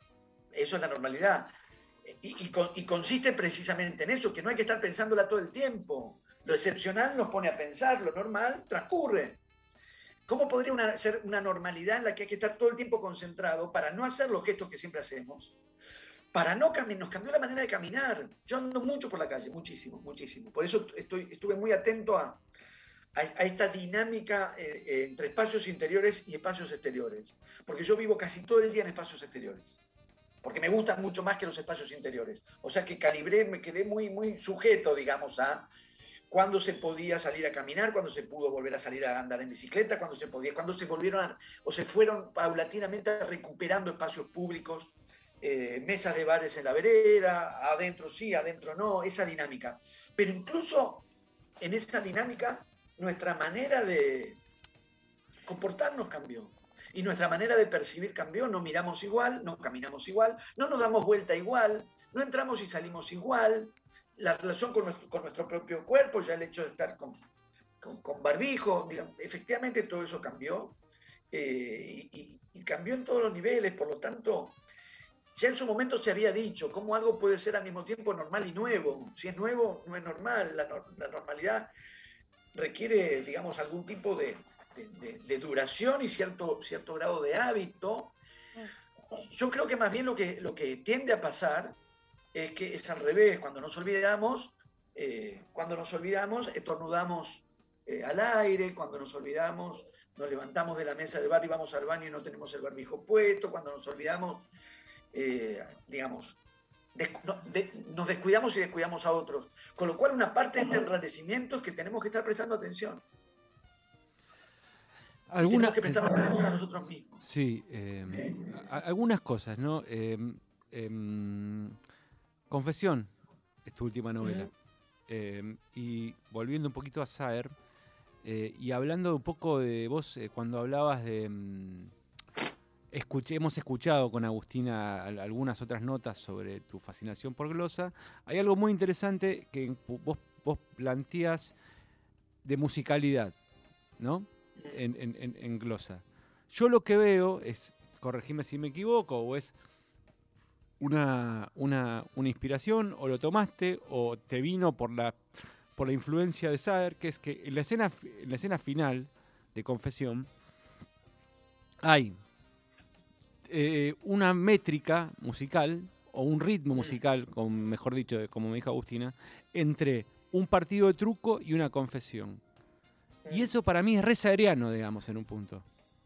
Eso es la normalidad. Y, y, y consiste precisamente en eso, que no hay que estar pensándola todo el tiempo. Lo excepcional nos pone a pensar, lo normal transcurre. ¿Cómo podría una, ser una normalidad en la que hay que estar todo el tiempo concentrado para no hacer los gestos que siempre hacemos? Para no caminar, nos cambió la manera de caminar. Yo ando mucho por la calle, muchísimo, muchísimo. Por eso estoy, estuve muy atento a, a, a esta dinámica eh, eh, entre espacios interiores y espacios exteriores. Porque yo vivo casi todo el día en espacios exteriores. Porque me gustan mucho más que los espacios interiores. O sea que calibré, me quedé muy, muy sujeto, digamos, a cuándo se podía salir a caminar, cuándo se pudo volver a salir a andar en bicicleta, cuándo se podía, cuándo se volvieron a, o se fueron paulatinamente recuperando espacios públicos, eh, mesas de bares en la vereda, adentro sí, adentro no, esa dinámica. Pero incluso en esa dinámica, nuestra manera de comportarnos cambió. Y nuestra manera de percibir cambió, no miramos igual, no caminamos igual, no nos damos vuelta igual, no entramos y salimos igual. la relación con nuestro, con nuestro propio cuerpo, ya el hecho de estar con, con, con barbijo, digamos, efectivamente todo eso cambió, eh, y, y cambió en todos los niveles, por lo tanto, ya en su momento se había dicho cómo algo puede ser al mismo tiempo normal y nuevo. Si es nuevo, no es normal. La, la normalidad requiere, digamos, algún tipo de, de, de, de duración y cierto, cierto grado de hábito. Yo creo que más bien lo que, lo que tiende a pasar es que es al revés. Cuando nos olvidamos, eh, cuando nos olvidamos, estornudamos eh, al aire. Cuando nos olvidamos, nos levantamos de la mesa del bar y vamos al baño y no tenemos el barbijo puesto. Cuando nos olvidamos, eh, digamos, des, no, de, nos descuidamos y descuidamos a otros. Con lo cual, una parte de este enrarecimiento es que tenemos que estar prestando atención. Alguna, tenemos que prestar atención a nosotros mismos. Sí, eh, a, algunas cosas, ¿no? Eh, eh, Confesión es tu última novela. Uh-huh. eh, y volviendo un poquito a Saer, eh, y hablando un poco de vos, eh, cuando hablabas de... Um, escuché, hemos escuchado con Agustina algunas otras notas sobre tu fascinación por glosa. Hay algo muy interesante que vos, vos planteás de musicalidad, ¿no? En, en, en glosa. Yo lo que veo es, corregime si me equivoco, o es una, una, una inspiración, o lo tomaste, o te vino por la, por la influencia de Saer, que es que en la escena, en la escena final de Confesión hay eh, una métrica musical, o un ritmo musical, como, mejor dicho, como me dijo Agustina, entre un partido de truco y una confesión. Y eso para mí es re saeriano, digamos, en un punto.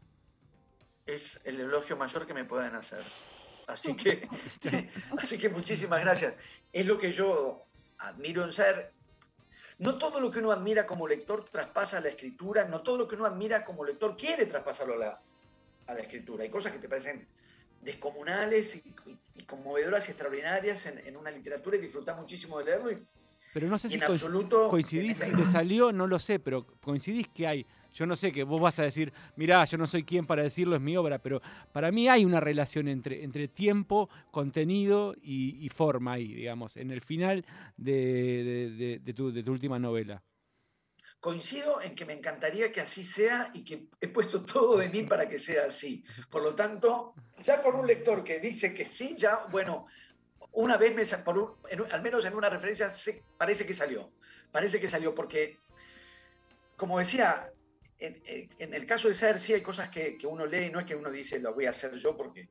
Es el elogio mayor que me puedan hacer. Así que, así que muchísimas gracias. Es lo que yo admiro en Saer. No todo lo que uno admira como lector traspasa a la escritura, no todo lo que uno admira como lector quiere traspasarlo a la, a la escritura. Hay cosas que te parecen descomunales y, y, y conmovedoras y extraordinarias en, en una literatura y disfrutás muchísimo de leerlo. Y, Pero no sé si en absoluto, coincidís, si te salió, no lo sé, pero coincidís que hay, yo no sé, que vos vas a decir, mirá, yo no soy quien para decirlo, es mi obra, pero para mí hay una relación entre, entre tiempo, contenido y, y forma ahí, digamos, en el final de, de, de, de, tu, de tu última novela. Coincido en que me encantaría que así sea y que he puesto todo de mí para que sea así. Por lo tanto, ya con un lector que dice que sí, ya, bueno... Una vez, me, por un, en, al menos en una referencia, se, parece que salió. Parece que salió porque, como decía, en, en el caso de Saer sí hay cosas que, que uno lee, no es que uno dice, lo voy a hacer yo porque...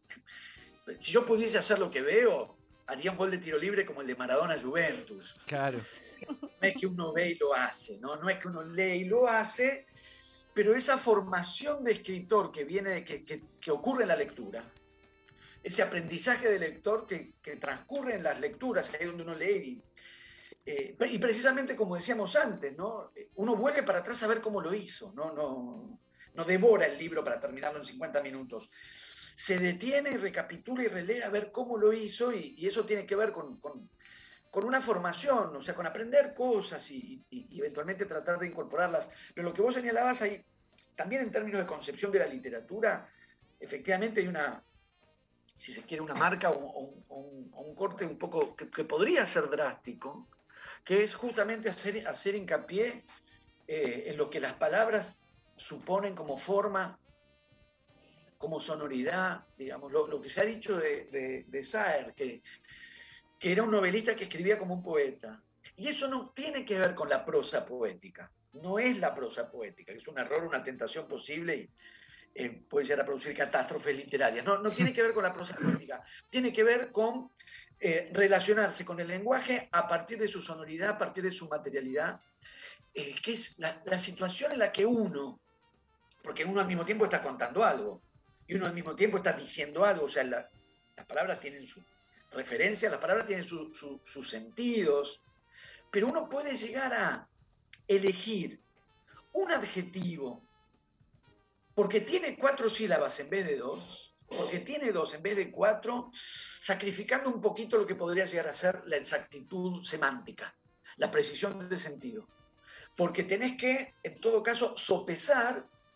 Si yo pudiese hacer lo que veo, haría un gol de tiro libre como el de Maradona Juventus. Claro. No es que uno ve y lo hace, ¿no? No es que uno lee y lo hace, pero esa formación de escritor que viene de que, que, que ocurre en la lectura, ese aprendizaje de lector que, que transcurre en las lecturas, ahí donde uno lee. Y, eh, y precisamente como decíamos antes, ¿no? Uno vuelve para atrás a ver cómo lo hizo, ¿no? No, no devora el libro para terminarlo en cincuenta minutos. Se detiene y recapitula y relee a ver cómo lo hizo y, y eso tiene que ver con, con, con una formación, o sea, con aprender cosas y, y, y eventualmente tratar de incorporarlas. Pero lo que vos señalabas ahí, también en términos de concepción de la literatura, efectivamente hay una... si se quiere, una marca o, o, un, o un corte un poco que, que podría ser drástico, que es justamente hacer, hacer hincapié eh, en lo que las palabras suponen como forma, como sonoridad, digamos, lo, lo que se ha dicho de, de, de Saer, que, que era un novelista que escribía como un poeta. Y eso no tiene que ver con la prosa poética, no es la prosa poética, es un error, una tentación posible y Eh, puede llegar a producir catástrofes literarias. No, no tiene que ver con la prosa poética, tiene que ver con eh, relacionarse con el lenguaje a partir de su sonoridad, a partir de su materialidad, eh, que es la, la situación en la que uno, porque uno al mismo tiempo está contando algo, y uno al mismo tiempo está diciendo algo, o sea, la, las palabras tienen su referencia, las palabras tienen su, su, sus sentidos, pero uno puede llegar a elegir un adjetivo porque tiene cuatro sílabas en vez de dos, porque tiene dos en vez de cuatro, sacrificando un poquito lo que podría llegar a ser la exactitud semántica, la precisión de sentido. Porque tenés que, en todo caso, sopesar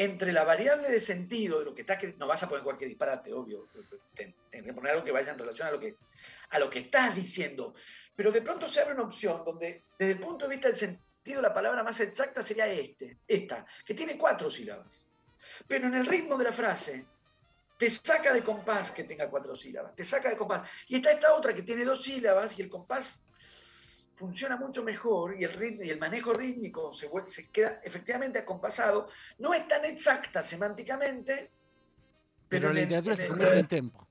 entre la variable de sentido de lo que estás queriendo, no vas a poner cualquier disparate, obvio, tenés que poner algo que vaya en relación a lo que, a lo que estás diciendo, pero de pronto se abre una opción donde desde el punto de vista del sentido la palabra más exacta sería este, esta, que tiene cuatro sílabas, pero en el ritmo de la frase te saca de compás que tenga cuatro sílabas, te saca de compás, y está esta otra que tiene dos sílabas y el compás funciona mucho mejor y el, ritmo, y el manejo rítmico se, vuelve, se queda efectivamente acompasado. No es tan exacta semánticamente, pero, pero la en literatura el, se en convierte el, en tempo.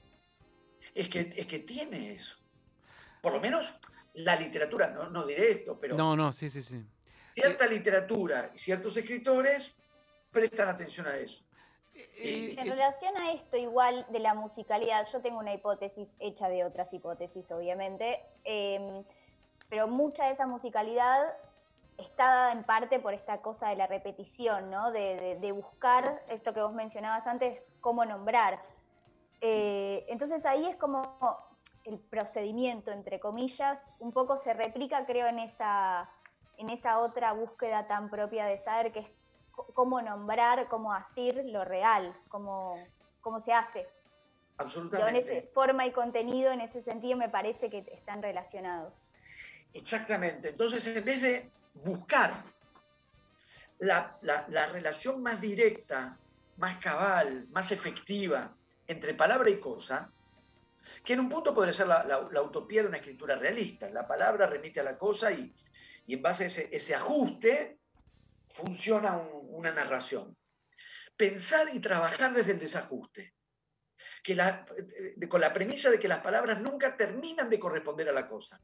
Es que, es que tiene eso. Por lo menos la literatura, no, no diré esto, pero No, no, sí, sí, sí. cierta eh, literatura y ciertos escritores prestan atención a eso. Eh, en relación a esto igual de la musicalidad, yo tengo una hipótesis hecha de otras hipótesis, obviamente, eh, pero mucha de esa musicalidad está dada en parte por esta cosa de la repetición, ¿no? De, de, de buscar esto que vos mencionabas antes, cómo nombrar. Eh, entonces ahí es como el procedimiento, entre comillas, un poco se replica, creo, en esa, en esa otra búsqueda tan propia de saber que es cómo nombrar, cómo hacer lo real, cómo, cómo se hace. Absolutamente. En ese, forma y contenido, en ese sentido, me parece que están relacionados. Exactamente. Entonces, en vez de buscar la, la, la relación más directa, más cabal, más efectiva entre palabra y cosa, que en un punto podría ser la, la, la utopía de una escritura realista. La palabra remite a la cosa y, y en base a ese, ese ajuste funciona un, una narración. Pensar y trabajar desde el desajuste, que la, con la premisa de que las palabras nunca terminan de corresponder a la cosa.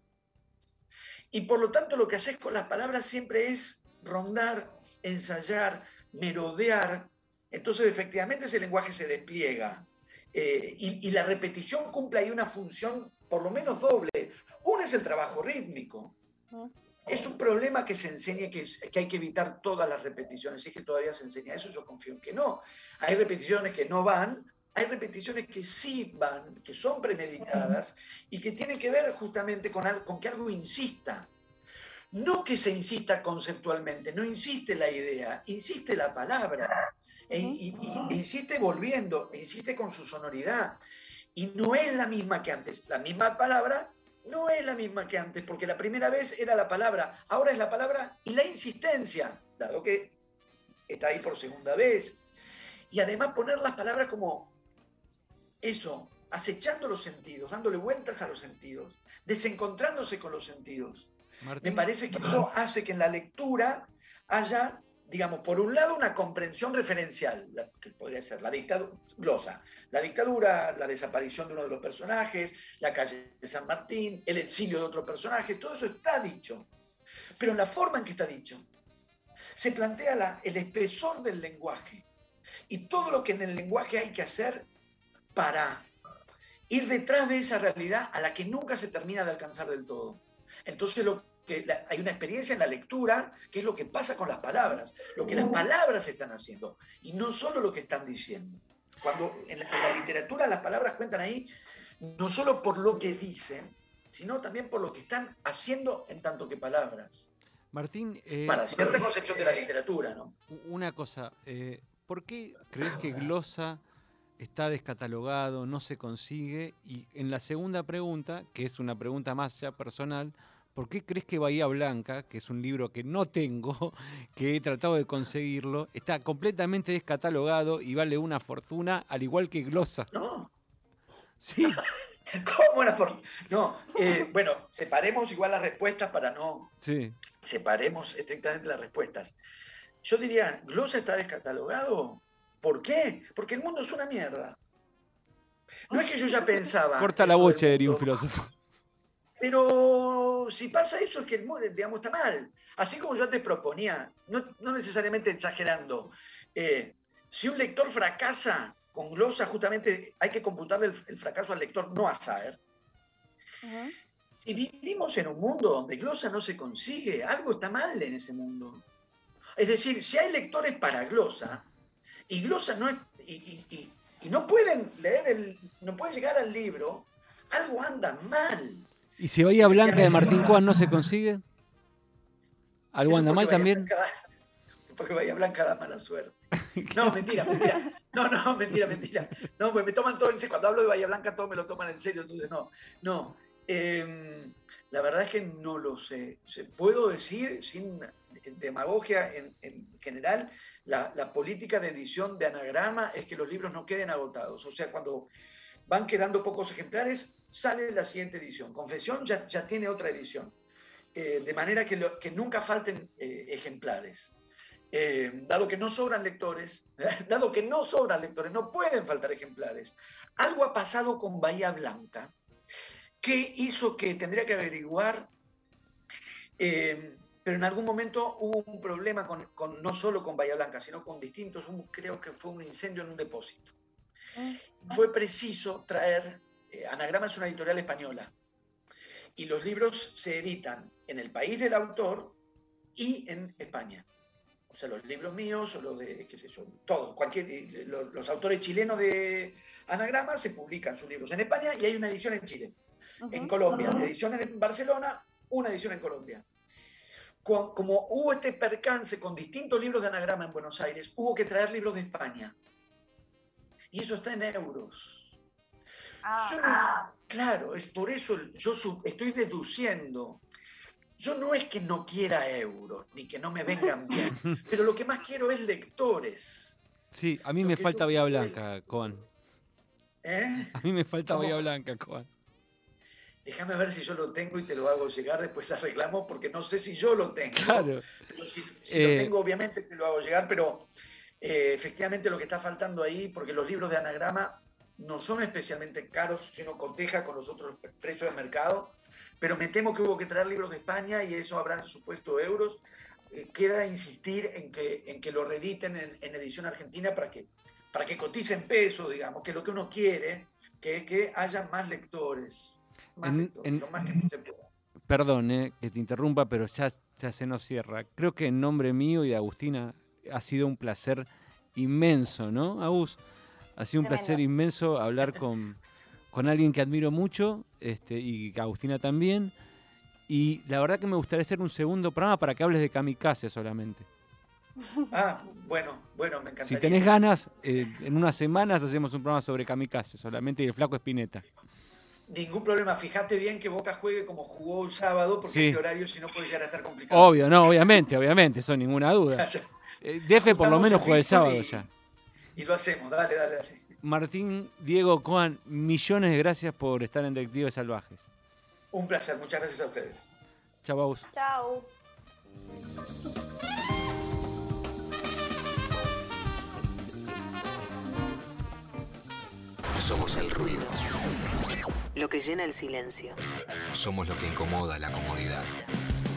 Y por lo tanto lo que haces con las palabras siempre es rondar, ensayar, merodear. Entonces efectivamente ese lenguaje se despliega. Eh, y, y la repetición cumple ahí una función por lo menos doble. Una es el trabajo rítmico. Es un problema que se enseña que, que hay que evitar todas las repeticiones. Si es que todavía se enseña eso, yo confío en que no. Hay repeticiones que no van, hay repeticiones que sí van, que son premeditadas y que tienen que ver justamente con, algo, con que algo insista. No que se insista conceptualmente, no insiste la idea, insiste la palabra. E, y, y, e insiste volviendo, e insiste con su sonoridad. Y no es la misma que antes. La misma palabra no es la misma que antes, porque la primera vez era la palabra, ahora es la palabra y la insistencia, dado que está ahí por segunda vez. Y además poner las palabras como eso, acechando los sentidos, dándole vueltas a los sentidos, desencontrándose con los sentidos. Martín. Me parece que eso hace que en la lectura haya, digamos, por un lado una comprensión referencial, la, que podría ser la dictadura, glosa, la dictadura, la desaparición de uno de los personajes, la calle de San Martín, el exilio de otro personaje, todo eso está dicho. Pero en la forma en que está dicho, se plantea la, el espesor del lenguaje y todo lo que en el lenguaje hay que hacer para ir detrás de esa realidad a la que nunca se termina de alcanzar del todo. Entonces lo que la, hay una experiencia en la lectura que es lo que pasa con las palabras, lo que las palabras están haciendo y no solo lo que están diciendo. Cuando en la, en la literatura las palabras cuentan ahí no solo por lo que dicen, sino también por lo que están haciendo en tanto que palabras. Martín, eh, para cierta concepción de la literatura, ¿no? Una cosa, eh, ¿por qué crees que glosa está descatalogado, no se consigue? Y en la segunda pregunta, que es una pregunta más ya personal, ¿por qué crees que Bahía Blanca, que es un libro que no tengo, que he tratado de conseguirlo, está completamente descatalogado y vale una fortuna, al igual que glosa? No. Sí. ¿Cómo una fortuna? No, eh, bueno, separemos igual las respuestas para no... Sí. Separemos estrictamente las respuestas. Yo diría, ¿glosa está descatalogado? ¿Por qué? Porque el mundo es una mierda. No es que yo ya pensaba... Corta la bocha, diría un filósofo. Pero si pasa eso es que el mundo, digamos, está mal. Así como yo te proponía, no, no necesariamente exagerando, eh, si un lector fracasa con glosa, justamente hay que computarle el, el fracaso al lector, no a Saer. Uh-huh. Si vivimos en un mundo donde glosa no se consigue, algo está mal en ese mundo. Es decir, si hay lectores para glosa, y glosa no es, y, y, y, y no pueden leer el, no pueden llegar al libro, algo anda mal. ¿Y si Bahía Blanca de Martín Coan no se consigue? ¿Algo anda mal también? Blanca, porque Bahía Blanca da mala suerte. No, mentira, mentira. No, no, mentira, mentira. No, pues me toman todo en serio. Cuando hablo de Bahía Blanca, todos me lo toman en serio, entonces no. No. Eh, la verdad es que no lo sé. Puedo decir, sin demagogia en, en general, la, la política de edición de Anagrama es que los libros no queden agotados. O sea, cuando van quedando pocos ejemplares, sale la siguiente edición. Confesión ya, ya tiene otra edición. Eh, de manera que, lo, que nunca falten eh, ejemplares. Eh, dado que no sobran lectores, dado que no sobran lectores, no pueden faltar ejemplares. Algo ha pasado con Bahía Blanca, que hizo que tendría que averiguar, eh, pero en algún momento hubo un problema con, con, no solo con Bahía Blanca, sino con distintos, un, creo que fue un incendio en un depósito. Fue preciso traer, eh, Anagrama es una editorial española, y los libros se editan en el país del autor y en España. O sea, los libros míos o los de, qué sé yo, todos, cualquier, los, los autores chilenos de Anagrama se publican sus libros en España y hay una edición en Chile. Uh-huh. En Colombia, uh-huh. edición en Barcelona, una edición en Colombia. Como, como hubo este percance con distintos libros de Anagrama en Buenos Aires, hubo que traer libros de España. Y eso está en euros. Ah, yo no, ah. Claro, es por eso yo estoy deduciendo. Yo no es que no quiera euros, ni que no me vengan bien, pero lo que más quiero es lectores. Sí, a mí lo me falta Bahía Blanca, Coan. ¿Eh? A mí me falta Bahía Blanca, Coan. Déjame ver si yo lo tengo y te lo hago llegar, después arreglamos, porque no sé si yo lo tengo. Claro. Pero si, si eh... lo tengo, obviamente te lo hago llegar, pero eh, efectivamente lo que está faltando ahí, porque los libros de Anagrama no son especialmente caros, sino coteja con los otros precios de mercado. Pero me temo que hubo que traer libros de España y eso habrá supuesto euros. Eh, queda insistir en que, en que lo reediten en, en edición argentina para que, para que coticen peso, digamos, que es lo que uno quiere, que es que haya más lectores. Más en, lectores, en, lo más que se pueda. Perdón eh, que te interrumpa, pero ya, ya se nos cierra. Creo que en nombre mío y de Agustina ha sido un placer inmenso, ¿no, Agus? Ha sido un Tremendo. placer inmenso hablar con... con alguien que admiro mucho, este, y Agustina también, y la verdad que me gustaría hacer un segundo programa para que hables de Kamikaze solamente. Ah, bueno, bueno, me encantaría. Si tenés ganas, eh, en unas semanas hacemos un programa sobre Kamikaze solamente y el Flaco Spinetta. Ningún problema, fíjate bien que Boca juegue como jugó el sábado, porque sí. Este horario si no puede llegar a estar complicado. Obvio, no, obviamente, obviamente, eso ninguna duda. Eh, D F por lo menos juega el sábado y, ya. Y lo hacemos, dale, dale, dale. Martín, Diego, Coan, millones de gracias por estar en Detectives Salvajes. Un placer, muchas gracias a ustedes. Chau, Agus. Chau. Somos el ruido. Lo que llena el silencio. Somos lo que incomoda la comodidad.